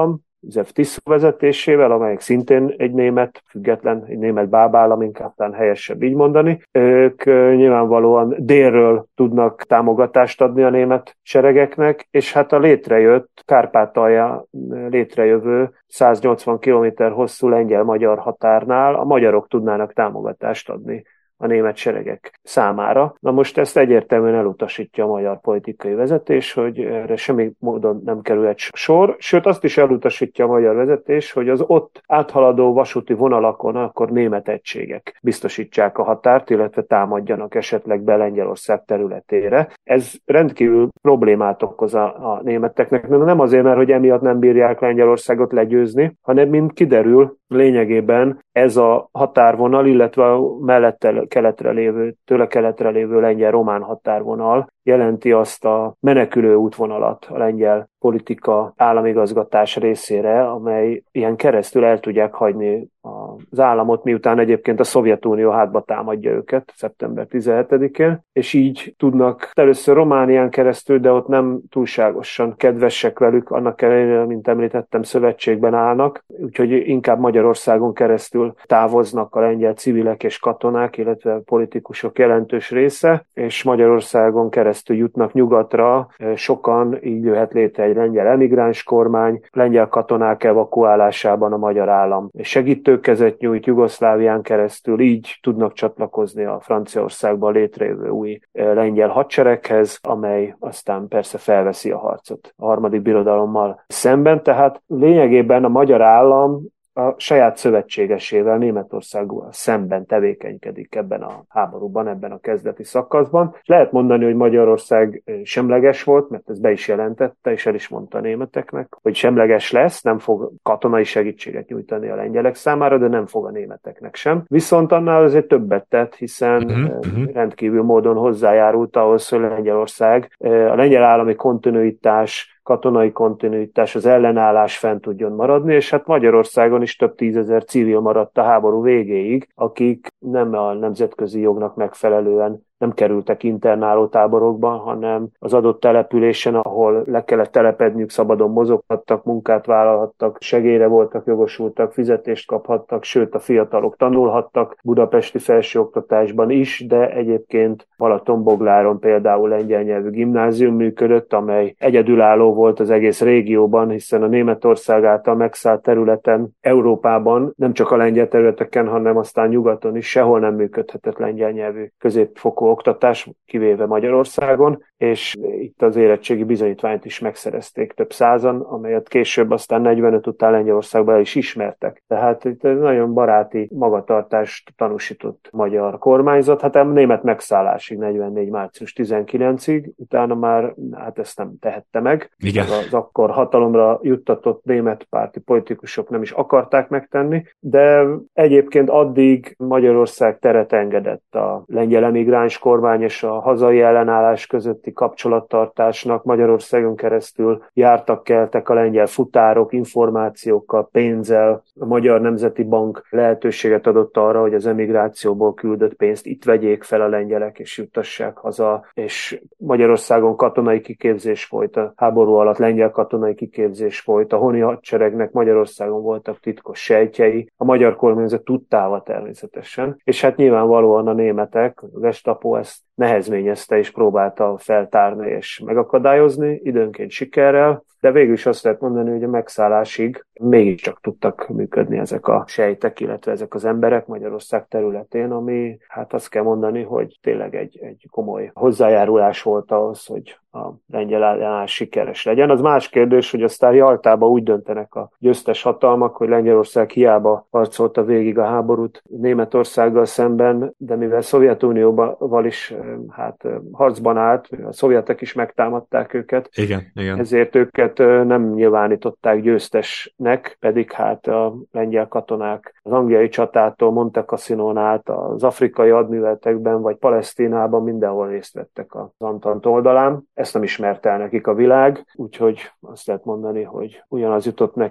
József Tiso vezetésével, amelyik szintén egy német, független, egy német bábállam, inkább talán helyesebb így mondani. Ők nyilvánvalóan délről tudnak támogatást adni a német seregeknek, és hát a létrejött, Kárpátalja létrejövő száznyolcvan kilométer hosszú lengyel-magyar határnál a magyarok tudnának támogatást adni a német seregek számára. Na most ezt egyértelműen elutasítja a magyar politikai vezetés, hogy erre semmi módon nem kerülhet sor, sőt azt is elutasítja a magyar vezetés, hogy az ott áthaladó vasúti vonalakon akkor német egységek biztosítsák a határt, illetve támadjanak esetleg be Lengyelország területére. Ez rendkívül problémát okoz a, a németeknek, nem azért, mert hogy emiatt nem bírják Lengyelországot legyőzni, hanem mint kiderül, lényegében ez a határvonal, illetve a mellette keletre lévő, tőle keletre lévő lengyel-román határvonal jelenti azt a menekülő útvonalat a lengyel politika államigazgatás részére, amely ilyen keresztül el tudják hagyni az államot, miután egyébként a Szovjetunió hátba támadja őket szeptember tizenhetedikén, és így tudnak először Románián keresztül, de ott nem túlságosan kedvesek velük, annak ellenére, mint említettem, szövetségben állnak, úgyhogy inkább Magyarországon keresztül távoznak a lengyel civilek és katonák, illetve politikusok jelentős része, és Magyarországon keresztül jutnak nyugatra, sokan, így jöhet létre egy lengyel emigráns kormány, lengyel katonák evakuálásában a magyar állam segítőkezet nyújt Jugoszlávián keresztül, így tudnak csatlakozni a Franciaországban létrejövő új lengyel hadsereghez, amely aztán persze felveszi a harcot a harmadik birodalommal szemben, tehát lényegében a magyar állam a saját szövetségesével, Németországgal szemben tevékenykedik ebben a háborúban, ebben a kezdeti szakaszban. Lehet mondani, hogy Magyarország semleges volt, mert ez be is jelentette, és el is mondta a németeknek, hogy semleges lesz, nem fog katonai segítséget nyújtani a lengyelek számára, de nem fog a németeknek sem. Viszont annál azért többet tett, hiszen uh-huh. rendkívül módon hozzájárult ahhoz, hogy Lengyelország a lengyel állami kontinuitás, katonai kontinuitás, az ellenállás fent tudjon maradni, és hát Magyarországon is több tízezer civil maradt a háború végéig, akik nem a nemzetközi jognak megfelelően nem kerültek internáló táborokban, hanem az adott településen, ahol le kellett telepedniük, szabadon mozoghattak, munkát vállalhattak, segélyre voltak jogosultak, fizetést kaphattak, sőt a fiatalok tanulhattak budapesti felsőoktatásban is, de egyébként Balatonbogláron például lengyel nyelvű gimnázium működött, amely egyedülálló volt az egész régióban, hiszen a Németország által megszállt területen, Európában, nem csak a lengyel területeken, hanem aztán nyugaton is sehol nem működhetett lengyel nyelvű középfokú oktatás, kivéve Magyarországon, és itt az érettségi bizonyítványt is megszerezték több százan, amelyet később aztán negyvenöt után Lengyelországban el is ismertek. Tehát itt nagyon baráti magatartást tanúsított magyar kormányzat, hát a német megszállásig negyvennégy március tizenkilencig, utána már hát ezt nem tehette meg. Igen. Az akkor hatalomra juttatott német párti politikusok nem is akarták megtenni, de egyébként addig Magyarország teret engedett a lengyel emigráns kormány és a hazai ellenállás közötti kapcsolattartásnak. Magyarországon keresztül jártak, keltek a lengyel futárok információkkal, pénzzel. A Magyar Nemzeti Bank lehetőséget adott arra, hogy az emigrációból küldött pénzt itt vegyék fel a lengyelek és juttassák haza, és Magyarországon katonai kiképzés folyt, a háború alatt lengyel katonai kiképzés folyt, a honi hadseregnek Magyarországon voltak titkos sejtjei, a magyar kormányzat tudtával természetesen, és hát nyilvánvalóan a németek, a Gestapo ezt nehezményezte és próbálta feltárni és megakadályozni, időnként sikerrel, de végül is azt lehet mondani, hogy a megszállásig mégiscsak tudtak működni ezek a sejtek, illetve ezek az emberek Magyarország területén, ami hát azt kell mondani, hogy tényleg egy, egy komoly hozzájárulás volt ahhoz, hogy a lengyel ellenállás sikeres legyen. Az más kérdés, hogy aztán Jaltában úgy döntenek a győztes hatalmak, hogy Lengyelország hiába harcolta végig a háborút Németországgal szemben, de mivel Szovjetunióval is hát harcban állt, a szovjetek is megtámadták őket, igen, igen. ezért őket nem nyilvánították győztesnek, pedig hát a lengyel katonák az angliai csatától Monte Cassinón át az afrikai hadműveletekben vagy Palesztinában mindenhol részt vettek az Antant oldalán. Ezt nem ismerte el nekik a világ, úgyhogy azt lehet mondani, hogy ugyanaz jutott nekik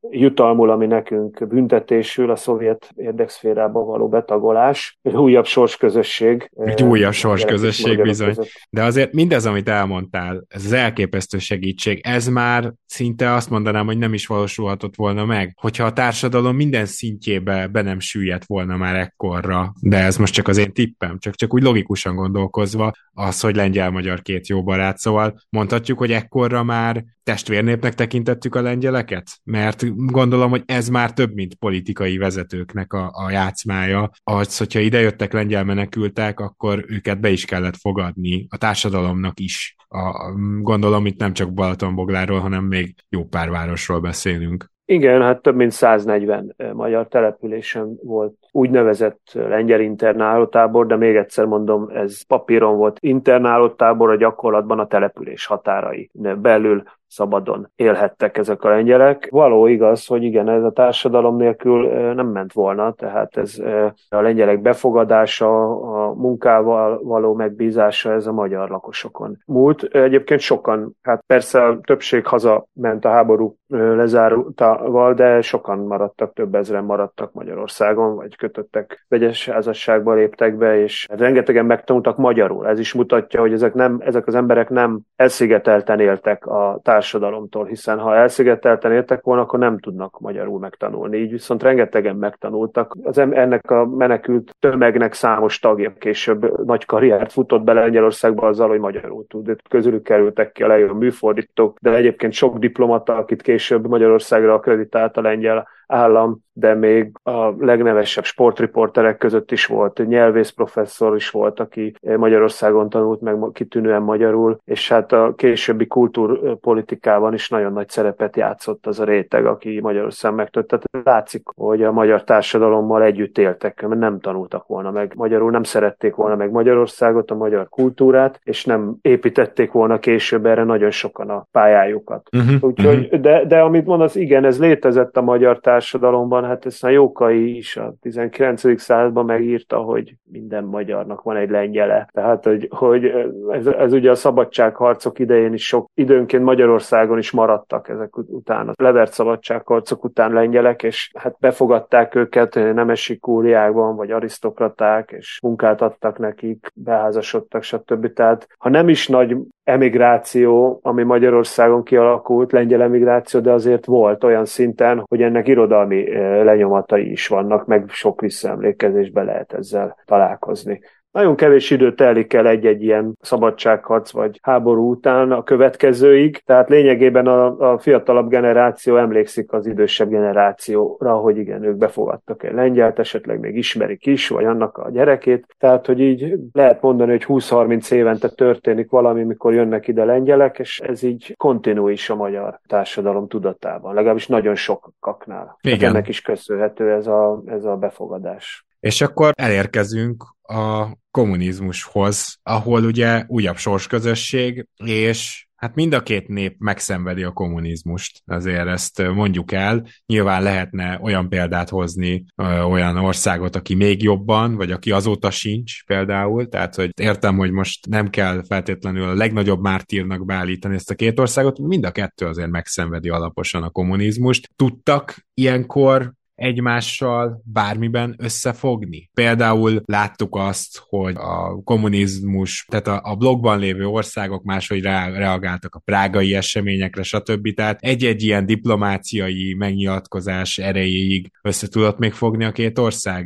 jutalmul, ami nekünk büntetésül, a szovjet érdekszférába való betagolás, egy újabb sorsközösség. Egy újabb sorsközösség bizony. Között. De azért mindez, amit elmondtál, ez az elképesztő segítség, ez már szinte azt mondanám, hogy nem is valósulhatott volna meg, hogyha a társadalom minden szintjébe be nem süllyedt volna már ekkorra, de ez most csak az én tippem, csak, csak úgy logikusan gondolkozva, az, hogy lengyel-magyar két jó barát, szóval mondhatjuk, hogy ekkorra már testvérnépnek tekintettük a lengyeleket? Mert gondolom, hogy ez már több, mint politikai vezetőknek a, a játszmája. Az, hogyha idejöttek lengyel menekültek, akkor őket be is kellett fogadni, a társadalomnak is. A, gondolom, itt nem csak Balatonbogláról, hanem még jó pár városról beszélünk. Igen, hát több mint száznegyven magyar településen volt úgynevezett lengyel internálótábor, de még egyszer mondom, ez papíron volt internálótábor, a gyakorlatban a település határai belül szabadon élhettek ezek a lengyelek. Való igaz, hogy igen, ez a társadalom nélkül nem ment volna, tehát ez a lengyelek befogadása, a munkával való megbízása, ez a magyar lakosokon múlt. Egyébként sokan, hát persze a többség haza ment a háború lezárultával, de sokan maradtak, több ezren maradtak Magyarországon, vagy kötöttek, vegyes házasságba léptek be, és rengetegen megtanultak magyarul. Ez is mutatja, hogy ezek, nem, ezek az emberek nem elszigetelten éltek a társadalomtól, hiszen ha elszigetelten éltek volna, akkor nem tudnak magyarul megtanulni. Így viszont rengetegen megtanultak. Az ennek a menekült tömegnek számos tagja később nagy karriert futott be Lengyelországba azzal, hogy magyarul tud. Közülük kerültek ki a legjobb műfordítók, de egyébként sok diplomata, akit később Magyarországra akreditált a lengyel állam, de még a legnevesebb sportriporterek között is volt, nyelvész professzor is volt, aki Magyarországon tanult meg kitűnően magyarul, és hát a későbbi kultúrpolitikában is nagyon nagy szerepet játszott az a réteg, aki Magyarországon megtört. Látszik, hogy a magyar társadalommal együtt éltek, mert nem tanultak volna meg magyarul, nem szerették volna meg Magyarországot, a magyar kultúrát, és nem építették volna később erre nagyon sokan a pályájukat. Uh-huh, Úgyhogy, uh-huh. De, de amit mondasz, igen, ez létezett a magyar társadalomban, hát ezt a Jókai is a tizenkilencedik században megírta, hogy minden magyarnak van egy lengyele. Tehát, hogy, hogy ez, ez ugye a szabadságharcok idején is sok, időnként Magyarországon is maradtak ezek után, a levert szabadságharcok után lengyelek, és hát befogadták őket nemesi kúriákban, vagy arisztokraták, és munkát adtak nekik, beházasodtak, stb. Tehát, ha nem is nagy emigráció, ami Magyarországon kialakult, lengyel emigráció, de azért volt olyan szinten, hogy ennek irodalmi lenyomatai is vannak, meg sok visszaemlékezésbe lehet ezzel találkozni. Nagyon kevés idő telik el egy-egy ilyen szabadságharc vagy háború után a következőig, tehát lényegében a, a fiatalabb generáció emlékszik az idősebb generációra, hogy igen, ők befogadtak egy lengyelt, esetleg még ismerik is, vagy annak a gyerekét, tehát hogy így lehet mondani, hogy húsz-harminc évente történik valami, mikor jönnek ide lengyelek, és ez így kontinú is a magyar társadalom tudatában, legalábbis nagyon sokaknál. Ennek is köszönhető ez a, ez a befogadás. És akkor elérkezünk a kommunizmushoz, ahol ugye újabb sorsközösség, és hát mind a két nép megszenvedi a kommunizmust, azért ezt mondjuk el. Nyilván lehetne olyan példát hozni, olyan országot, aki még jobban, vagy aki azóta sincs például, tehát hogy értem, hogy most nem kell feltétlenül a legnagyobb mártírnak beállítani ezt a két országot, mind a kettő azért megszenvedi alaposan a kommunizmust. Tudtak ilyenkor egymással bármiben összefogni. Például láttuk azt, hogy a kommunizmus, tehát a, a blokkban lévő országok máshogy re- reagáltak a prágai eseményekre, stb. Tehát egy-egy ilyen diplomáciai megnyilatkozás erejéig össze tudott még fogni a két ország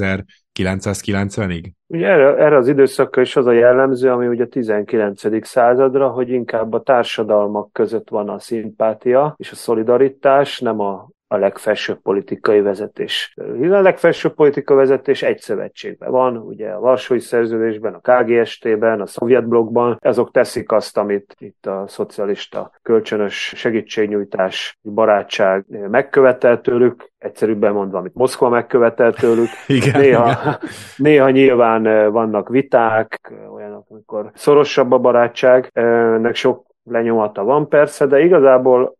ezerkilencszázkilencvenig? Ugye erre, erre az időszakra is az a jellemző, ami ugye a tizenkilencedik századra, hogy inkább a társadalmak között van a szimpátia és a szolidaritás, nem a a legfelsőbb politikai vezetés. A legfelsőbb politikai vezetés egy szövetségben van, ugye a Varsói Szerződésben, a ká gé es té-ben, a szovjet blokkban, azok teszik azt, amit itt a szocialista kölcsönös segítségnyújtás, barátság megkövetel tőlük, egyszerűbben mondva, amit Moszkva megkövetel tőlük. Igen, néha, igen. néha nyilván vannak viták, olyanok, amikor szorosabb a barátság, ennek sok lenyomata van persze, de igazából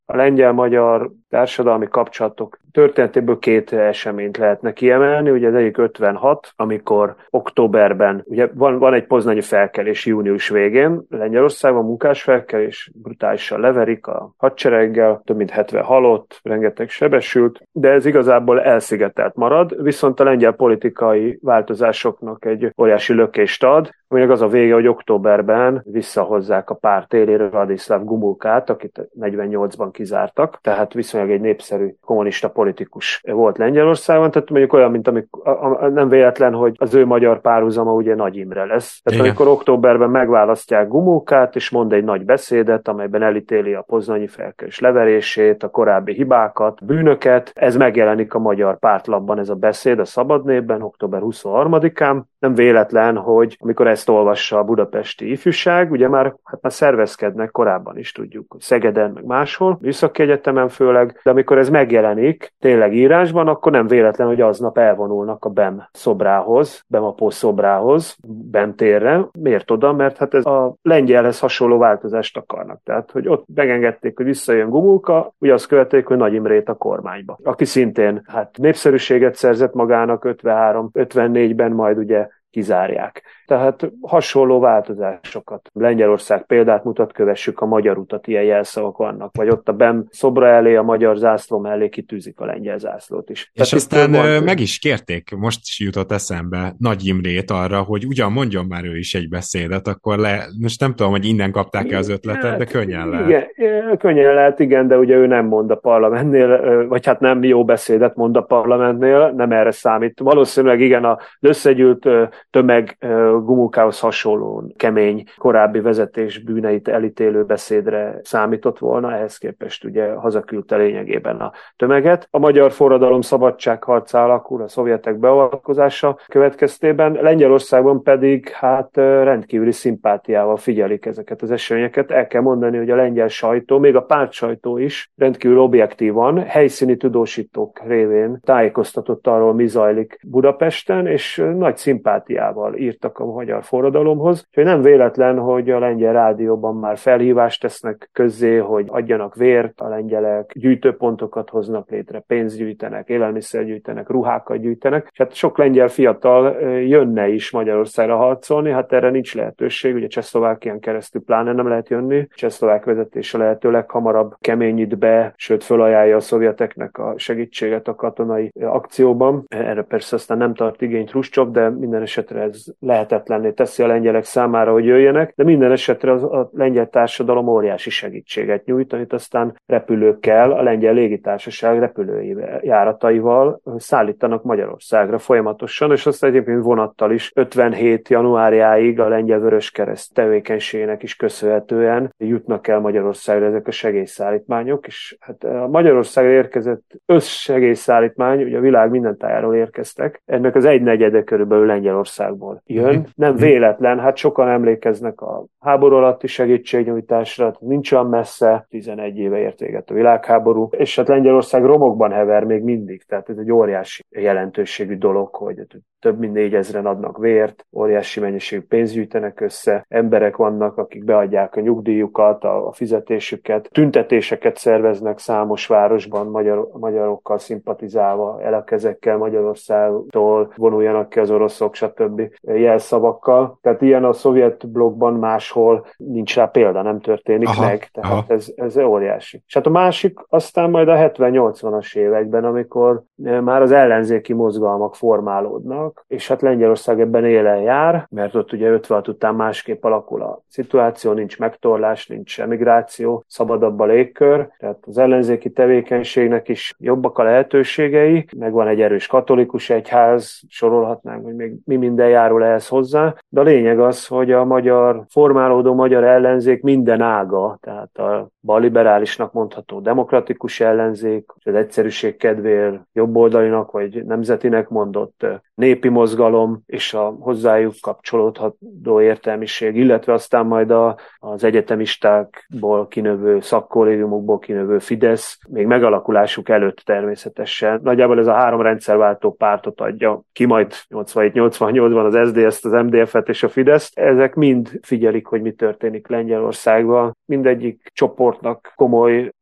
a lengyel-magyar társadalmi kapcsolatok történetéből két eseményt lehetne kiemelni. Ugye az egyik ötvenhat, amikor októberben, ugye van, van egy poznanyi felkelés június végén, Lengyelországban munkásfelkelés, brutálisan leverik a hadsereggel, több mint hetven halott, rengeteg sebesült, de ez igazából elszigetelt marad, viszont a lengyel politikai változásoknak egy óriási lökést ad, aminek az a vége, hogy októberben visszahozzák a párt élére Vladislav Gomulkát, akit negyvennyolcban kizártak, tehát viszonylag egy népszerű kommunista politikus volt Lengyelországban, tehát mondjuk olyan, mint amikor, nem véletlen, hogy az ő magyar párhuzama ugye Nagy Imre lesz. Tehát igen. Amikor októberben megválasztják Gomulkát, és mond egy nagy beszédet, amelyben elítéli a poznanyi felkelés leverését, a korábbi hibákat, bűnöket, ez megjelenik a magyar pártlapban ez a beszéd a Szabad Népben október huszonharmadikán. Nem véletlen, hogy amikor ezt olvassa a budapesti ifjúság, ugye már, hát már szervezkednek, korábban is tudjuk, hogy Szegeden, meg máshol, Műszaki Egyetemen főleg, de amikor ez megjelenik tényleg írásban, akkor nem véletlen, hogy aznap elvonulnak a bé e em szobrához, bé e em apó szobrához, bé e em térre. Miért oda? Mert hát ez a lengyelhez hasonló változást akarnak. Tehát, hogy ott megengedték, hogy visszajön Gomulka, ugye azt követték, hogy Nagy Imrét a kormányba. Aki szintén hát népszerűséget szerzett magának ötvenhárom ötvennégyben, majd ugye kizárják. Tehát hasonló változásokat. Lengyelország példát mutat, kövessük a magyar utat, ilyen jelszavak vannak. Vagy ott a bé e em szobra elé, a magyar zászló mellé kitűzik a lengyel zászlót is. És tehát aztán van... meg is kérték, most is jutott eszembe Nagy Imrét arra, hogy ugyan mondjon már ő is egy beszédet, akkor le, most nem tudom, hogy innen kapták-e az ötletet, de könnyen lehet. Igen, könnyen lehet, igen, de ugye ő nem mond a parlamentnél, vagy hát nem jó beszédet mond a parlamentnél, nem erre számít. Valószínűleg igen, az összegyűlt tömeg Gomulkához hasonlóan kemény korábbi vezetés bűneit elítélő beszédre számított volna, ehhez képest ugye hazaküldte lényegében a tömeget. A magyar forradalom szabadságharcá alakul a szovjetek beavatkozása következtében, Lengyelországban pedig hát rendkívüli szimpátiával figyelik ezeket az eseményeket. El kell mondani, hogy a lengyel sajtó, még a párt sajtó is rendkívül objektívan, helyszíni tudósítók révén tájékoztatott arról, mi zajlik Budapesten, és nagy szimpátiával írtak a magyar forradalomhoz. Úgyhogy nem véletlen, hogy a lengyel rádióban már felhívást tesznek közzé, hogy adjanak vért, a lengyelek gyűjtőpontokat hoznak létre, pénzt gyűjtenek, élelmiszer gyűjtenek, ruhákat gyűjtenek, és hát sok lengyel fiatal jönne is Magyarországra harcolni, hát erre nincs lehetőség, ugye Csehszlovákián keresztül pláne nem lehet jönni, Csehszlovák vezetése lehetőleg hamarabb keményít be, sőt fölajánlja a szovjeteknek a segítséget a katonai akcióban. Erre persze aztán nem tart igényt Hruscsov, de minden esetre ez lehetetlenné teszi a lengyelek számára, hogy jöjjenek, de minden esetre az, a lengyel társadalom óriási segítséget nyújt, amit aztán repülőkkel, a lengyel légitársaság repülői járataival szállítanak Magyarországra folyamatosan, és azt egyébként vonattal is ötvenhét januárjáig a lengyel Vöröskereszt tevékenységének is köszönhetően jutnak el Magyarországra ezek a segélyszállítmányok, és hát a Magyarországra érkezett összsegélyszállítmány, ugye a világ minden tájáról érkeztek, ennek az egynegyede körülbelül Lengyelországból jön. Nem véletlen, hát sokan emlékeznek a háború alatti segítségnyújtásra, nincs olyan messze, tizenegy éve ért véget a világháború, és hát Lengyelország romokban hever még mindig, tehát ez egy óriási jelentőségű dolog, hogy több mint négyezren adnak vért, óriási mennyiségű pénzt gyűjtenek össze, emberek vannak, akik beadják a nyugdíjukat, a, a fizetésüket, tüntetéseket szerveznek számos városban, magyar, magyarokkal szimpatizálva, el a kezekkel Magyarországtól, vonuljanak ki az oroszok, stb. Jelszavakkal. Tehát ilyen a szovjet blokkban máshol nincs rá példa, nem történik aha, meg, tehát ez, ez óriási. És hát a másik aztán majd a hetven-nyolcvanas években, amikor már az ellenzéki mozgalmak formálódnak, és hát Lengyelország ebben élen jár, mert ott ugye ötvenhat után másképp alakul a szituáció, nincs megtorlás, nincs emigráció, szabadabb a légkör, tehát az ellenzéki tevékenységnek is jobbak a lehetőségei, meg van egy erős katolikus egyház, sorolhatnánk, hogy még mi minden járul ehhez hozzá, de a lényeg az, hogy a magyar, formálódó magyar ellenzék minden ága, tehát a balliberálisnak mondható demokratikus ellenzék, az egyszerűség kedvéért jobboldalinak vagy nemzetinek mondott népi mozgalom és a hozzájuk kapcsolódható értelmiség, illetve aztán majd a, az egyetemistákból kinövő, szakkollégiumokból kinövő Fidesz, még megalakulásuk előtt természetesen. Nagyjából ez a három rendszerváltó pártot adja ki, majd nyolcvanhét nyolcvannyolcban az es zé dé es-t, az em dé ef-et és a Fideszt. Ezek mind figyelik, hogy mi történik Lengyelországban. Mindegyik csoportnak komoly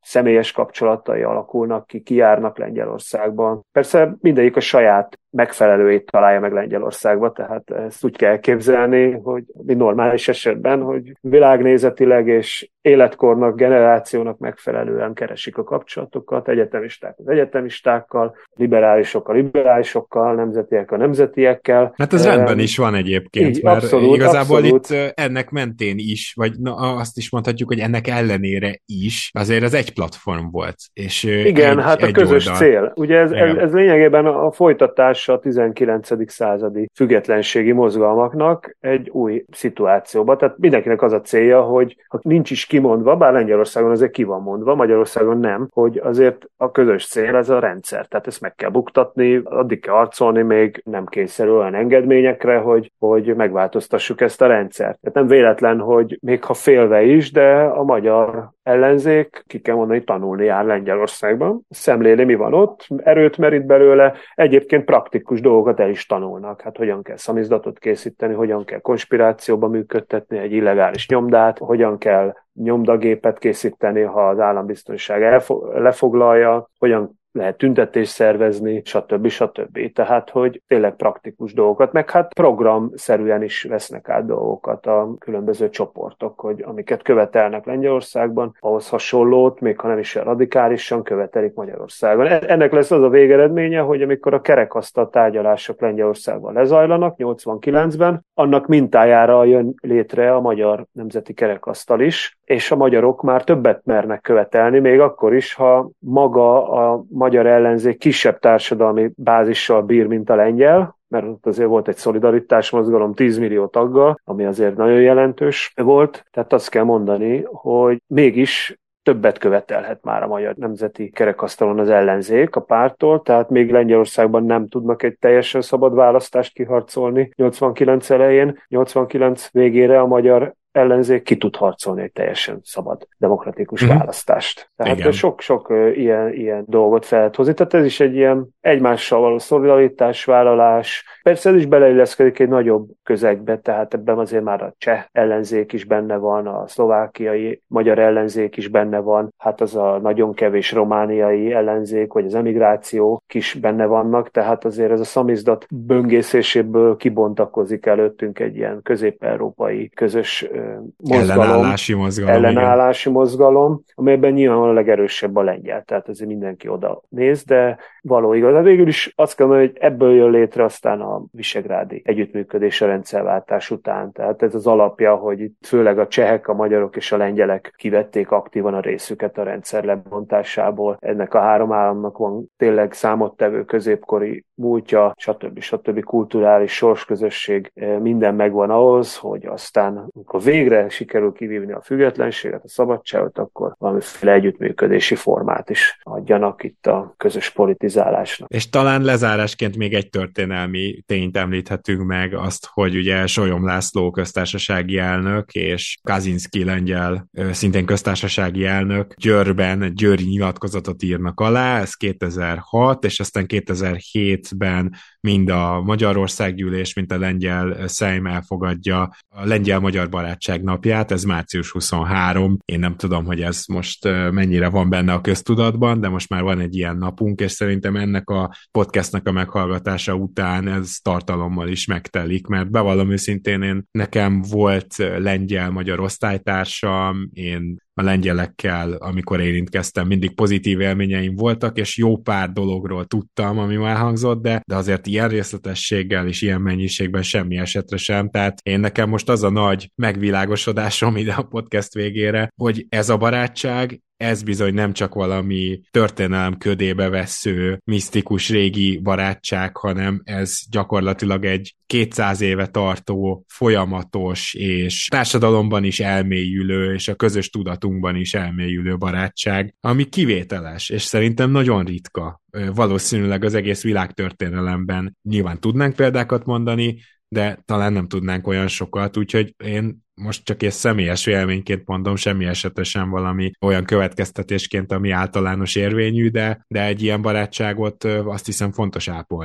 személyes kapcsolatai alakulnak ki, kijárnak Lengyelországban. Persze mindegyik a saját megfelelőit találja meg Lengyelországba, tehát ezt úgy kell elképzelni, hogy mi normális esetben, hogy világnézetileg és életkornak, generációnak megfelelően keresik a kapcsolatokat, egyetemisták az egyetemistákkal, liberálisok a liberálisokkal, nemzetiek a nemzetiekkel. Hát ez um, rendben is van egyébként, így, mert abszolút, igazából abszolút. Itt ennek mentén is, vagy na, azt is mondhatjuk, hogy ennek ellenére is, azért ez egy platform volt. És igen, egy, hát a egy közös oldal. cél. Ugye ez, ez, ez lényegében a folytatás a tizenkilencedik századi függetlenségi mozgalmaknak egy új szituációba. Tehát mindenkinek az a célja, hogy ha nincs is kimondva, bár Lengyelországon azért ki van mondva, Magyarországon nem, hogy azért a közös cél ez a rendszer. Tehát ezt meg kell buktatni, addig kell harcolni, még nem kényszerül olyan engedményekre, hogy, hogy megváltoztassuk ezt a rendszert. Tehát nem véletlen, hogy még ha félve is, de a magyar ellenzék, ki kell mondani, tanulni jár Lengyelországban, szemléli, mi van ott, erőt merít belőle, egyébként praktikus dolgokat el is tanulnak. Hát hogyan kell szamizdatot készíteni, hogyan kell konspirációba működtetni egy illegális nyomdát, hogyan kell nyomdagépet készíteni, ha az állambiztonság elfo- lefoglalja, hogyan lehet tüntetést szervezni, stb. stb. Tehát, hogy tényleg praktikus dolgokat, meg hát programszerűen is vesznek át dolgokat a különböző csoportok, hogy amiket követelnek Lengyelországban, ahhoz hasonlót, még ha nem is radikálisan követelik Magyarországon. Ennek lesz az a végeredménye, hogy amikor a kerekasztal tárgyalások Lengyelországban lezajlanak nyolcvankilencben, annak mintájára jön létre a magyar nemzeti kerekasztal is, és a magyarok már többet mernek követelni, még akkor is, ha maga a magyar ellenzék kisebb társadalmi bázissal bír, mint a lengyel, mert ott azért volt egy szolidaritás mozgalom tíz millió taggal, ami azért nagyon jelentős volt. Tehát azt kell mondani, hogy mégis többet követelhet már a magyar nemzeti kerekasztalon az ellenzék a párttól, tehát még Lengyelországban nem tudnak egy teljesen szabad választást kiharcolni nyolcvankilenc elején, nyolcvankilenc végére a magyar ellenzék ki tud harcolni egy teljesen szabad, demokratikus mm-hmm. választást. Tehát sok-sok uh, ilyen, ilyen dolgot fel lehet hozni. Tehát ez is egy ilyen egymással való szolidaritásvállalás. Persze ez is beleilleszkedik egy nagyobb közegbe, tehát ebben azért már a cseh ellenzék is benne van, a szlovákiai magyar ellenzék is benne van, hát az a nagyon kevés romániai ellenzék, vagy az emigráció is benne vannak, tehát azért ez a szamizdat böngészéséből kibontakozik előttünk egy ilyen közép-európai közös mozgalom, ellenállási mozgalom, ellenállási mozgalom, amelyben nyilvánvalóan a legerősebb a lengyel, tehát azért mindenki oda néz, de való igaz. De végül is azt kell mondani, hogy ebből jön létre aztán a visegrádi együttműködés a rendszerváltás után. Tehát ez az alapja, hogy itt főleg a csehek, a magyarok és a lengyelek kivették aktívan a részüket a rendszer lebontásából. Ennek a három államnak van tényleg számottevő középkori múltja, stb. stb. Kulturális sorsközösség, minden megvan ahhoz, hogy aztán, amikor végre sikerül kivívni a függetlenséget, a szabadságot, akkor valamiféle együttműködési formát is adjanak itt a közös politizálásnak. És talán lezárásként még egy történelmi tényt említhetünk meg, azt, hogy ugye Sólyom László köztársasági elnök és Kaczynszki lengyel szintén köztársasági elnök Győrben győri nyilatkozatot írnak alá, ez kétezer-hat, és aztán kétezer-hétben mind a Magyarországgyűlés, mint a lengyel Szejm elfogadja a lengyel-magyar barátság napját, ez március huszonharmadika. Én nem tudom, hogy ez most mennyire van benne a köztudatban, de most már van egy ilyen napunk, és szerintem ennek a podcastnak a meghallgatása után ez tartalommal is megtelik, mert bevallom őszintén, én nekem volt lengyel-magyar osztálytársam, én a lengyelekkel, amikor érintkeztem, mindig pozitív élményeim voltak, és jó pár dologról tudtam, ami már hangzott, de, de azért ilyen részletességgel és ilyen mennyiségben semmi esetre sem. Tehát én nekem most az a nagy megvilágosodásom ide a podcast végére, hogy ez a barátság, ez bizony nem csak valami történelem ködébe vessző, misztikus régi barátság, hanem ez gyakorlatilag egy kétszáz éve tartó, folyamatos és társadalomban is elmélyülő, és a közös tudatunkban is elmélyülő barátság, ami kivételes, és szerintem nagyon ritka. Valószínűleg az egész világtörténelemben nyilván tudnánk példákat mondani, de talán nem tudnánk olyan sokat, úgyhogy én most csak egy személyes véleményként mondom, semmi esetre sem valami olyan következtetésként, ami általános érvényű, de, de egy ilyen barátságot azt hiszem fontos ápolni.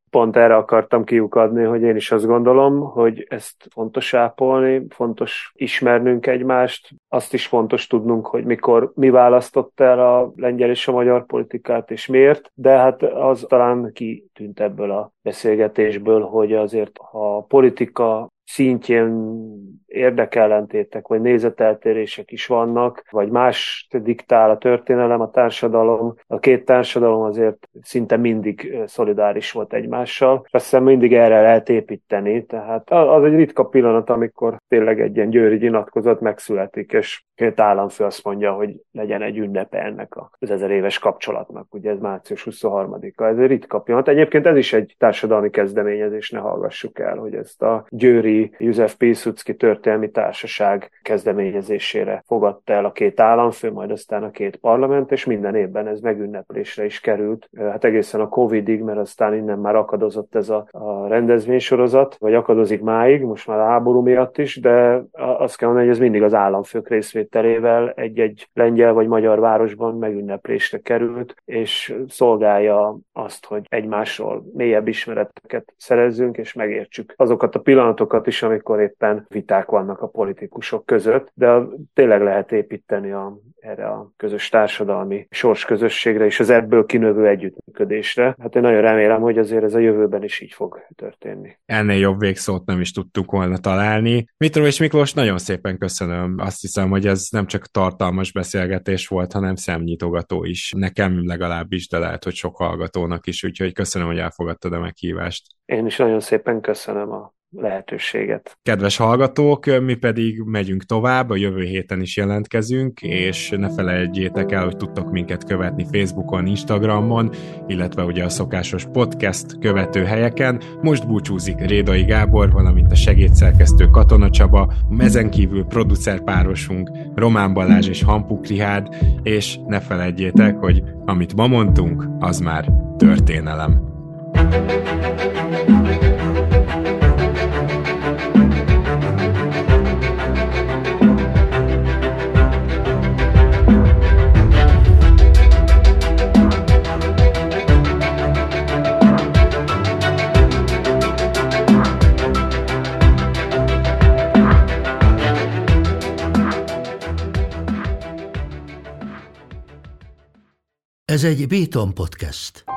pont erre akartam kiukadni, hogy én is azt gondolom, hogy ezt fontos ápolni, fontos ismernünk egymást, azt is fontos tudnunk, hogy mikor mi választott el a lengyel és a magyar politikát, és miért, de hát az talán kitűnt ebből a beszélgetésből, hogy azért ha a politika szintjén érdekellentétek, vagy nézeteltérések is vannak, vagy más diktál a történelem, a társadalom. A két társadalom azért szinte mindig szolidáris volt egymással. Azt hiszem mindig erre lehet építeni, tehát az egy ritka pillanat, amikor tényleg egy ilyen győri nyilatkozat megszületik, és két államfő azt mondja, hogy legyen egy ünnepe ennek az ezer éves kapcsolatnak. Ugye ez március huszonharmadika, ez egy ritka pillanat. Egyébként ez is egy társadalmi kezdeményezés, ne hallgassuk el, hogy ezt a győri József Piłsudski történelmi társaság kezdeményezésére fogadta el a két államfő, majd aztán a két parlament, és minden évben ez megünneplésre is került. Hát egészen a Covidig, mert aztán innen már akadozott ez a, a rendezvénysorozat, vagy akadozik máig, most már a háború miatt is, de azt kell mondani, hogy ez mindig az államfők részvételével egy-egy lengyel vagy magyar városban megünneplésre került, és szolgálja azt, hogy egymásról mélyebb ismereteket szerezzünk, és megértsük azokat a pillanatokat is, amikor éppen viták vannak a politikusok között, de tényleg lehet építeni a, erre a közös társadalmi sorsközösségre és az ebből kinövő együttműködésre. Hát én nagyon remélem, hogy azért ez a jövőben is így fog történni. Ennél jobb végszót nem is tudtuk volna találni. Mitrovics Miklós, nagyon szépen köszönöm. Azt hiszem, hogy ez nem csak tartalmas beszélgetés volt, hanem szemnyitogató is. Nekem legalábbis, de lehet, hogy sok hallgatónak is, úgyhogy köszönöm, hogy elfogadtad a meghívást. Én is nagyon szépen köszönöm a lehetőséget. Kedves hallgatók, mi pedig megyünk tovább, a jövő héten is jelentkezünk, és ne felejtjétek el, hogy tudtok minket követni Facebookon, Instagramon, illetve ugye a szokásos podcast követő helyeken. Most búcsúzik Rédai Gábor, valamint a segédszerkesztő Katona Csaba, ezen kívül producerpárosunk Román Balázs és Hampuk Rihád, és ne felejtjétek, hogy amit ma mondtunk, az már történelem. Ez egy Béton Podcast.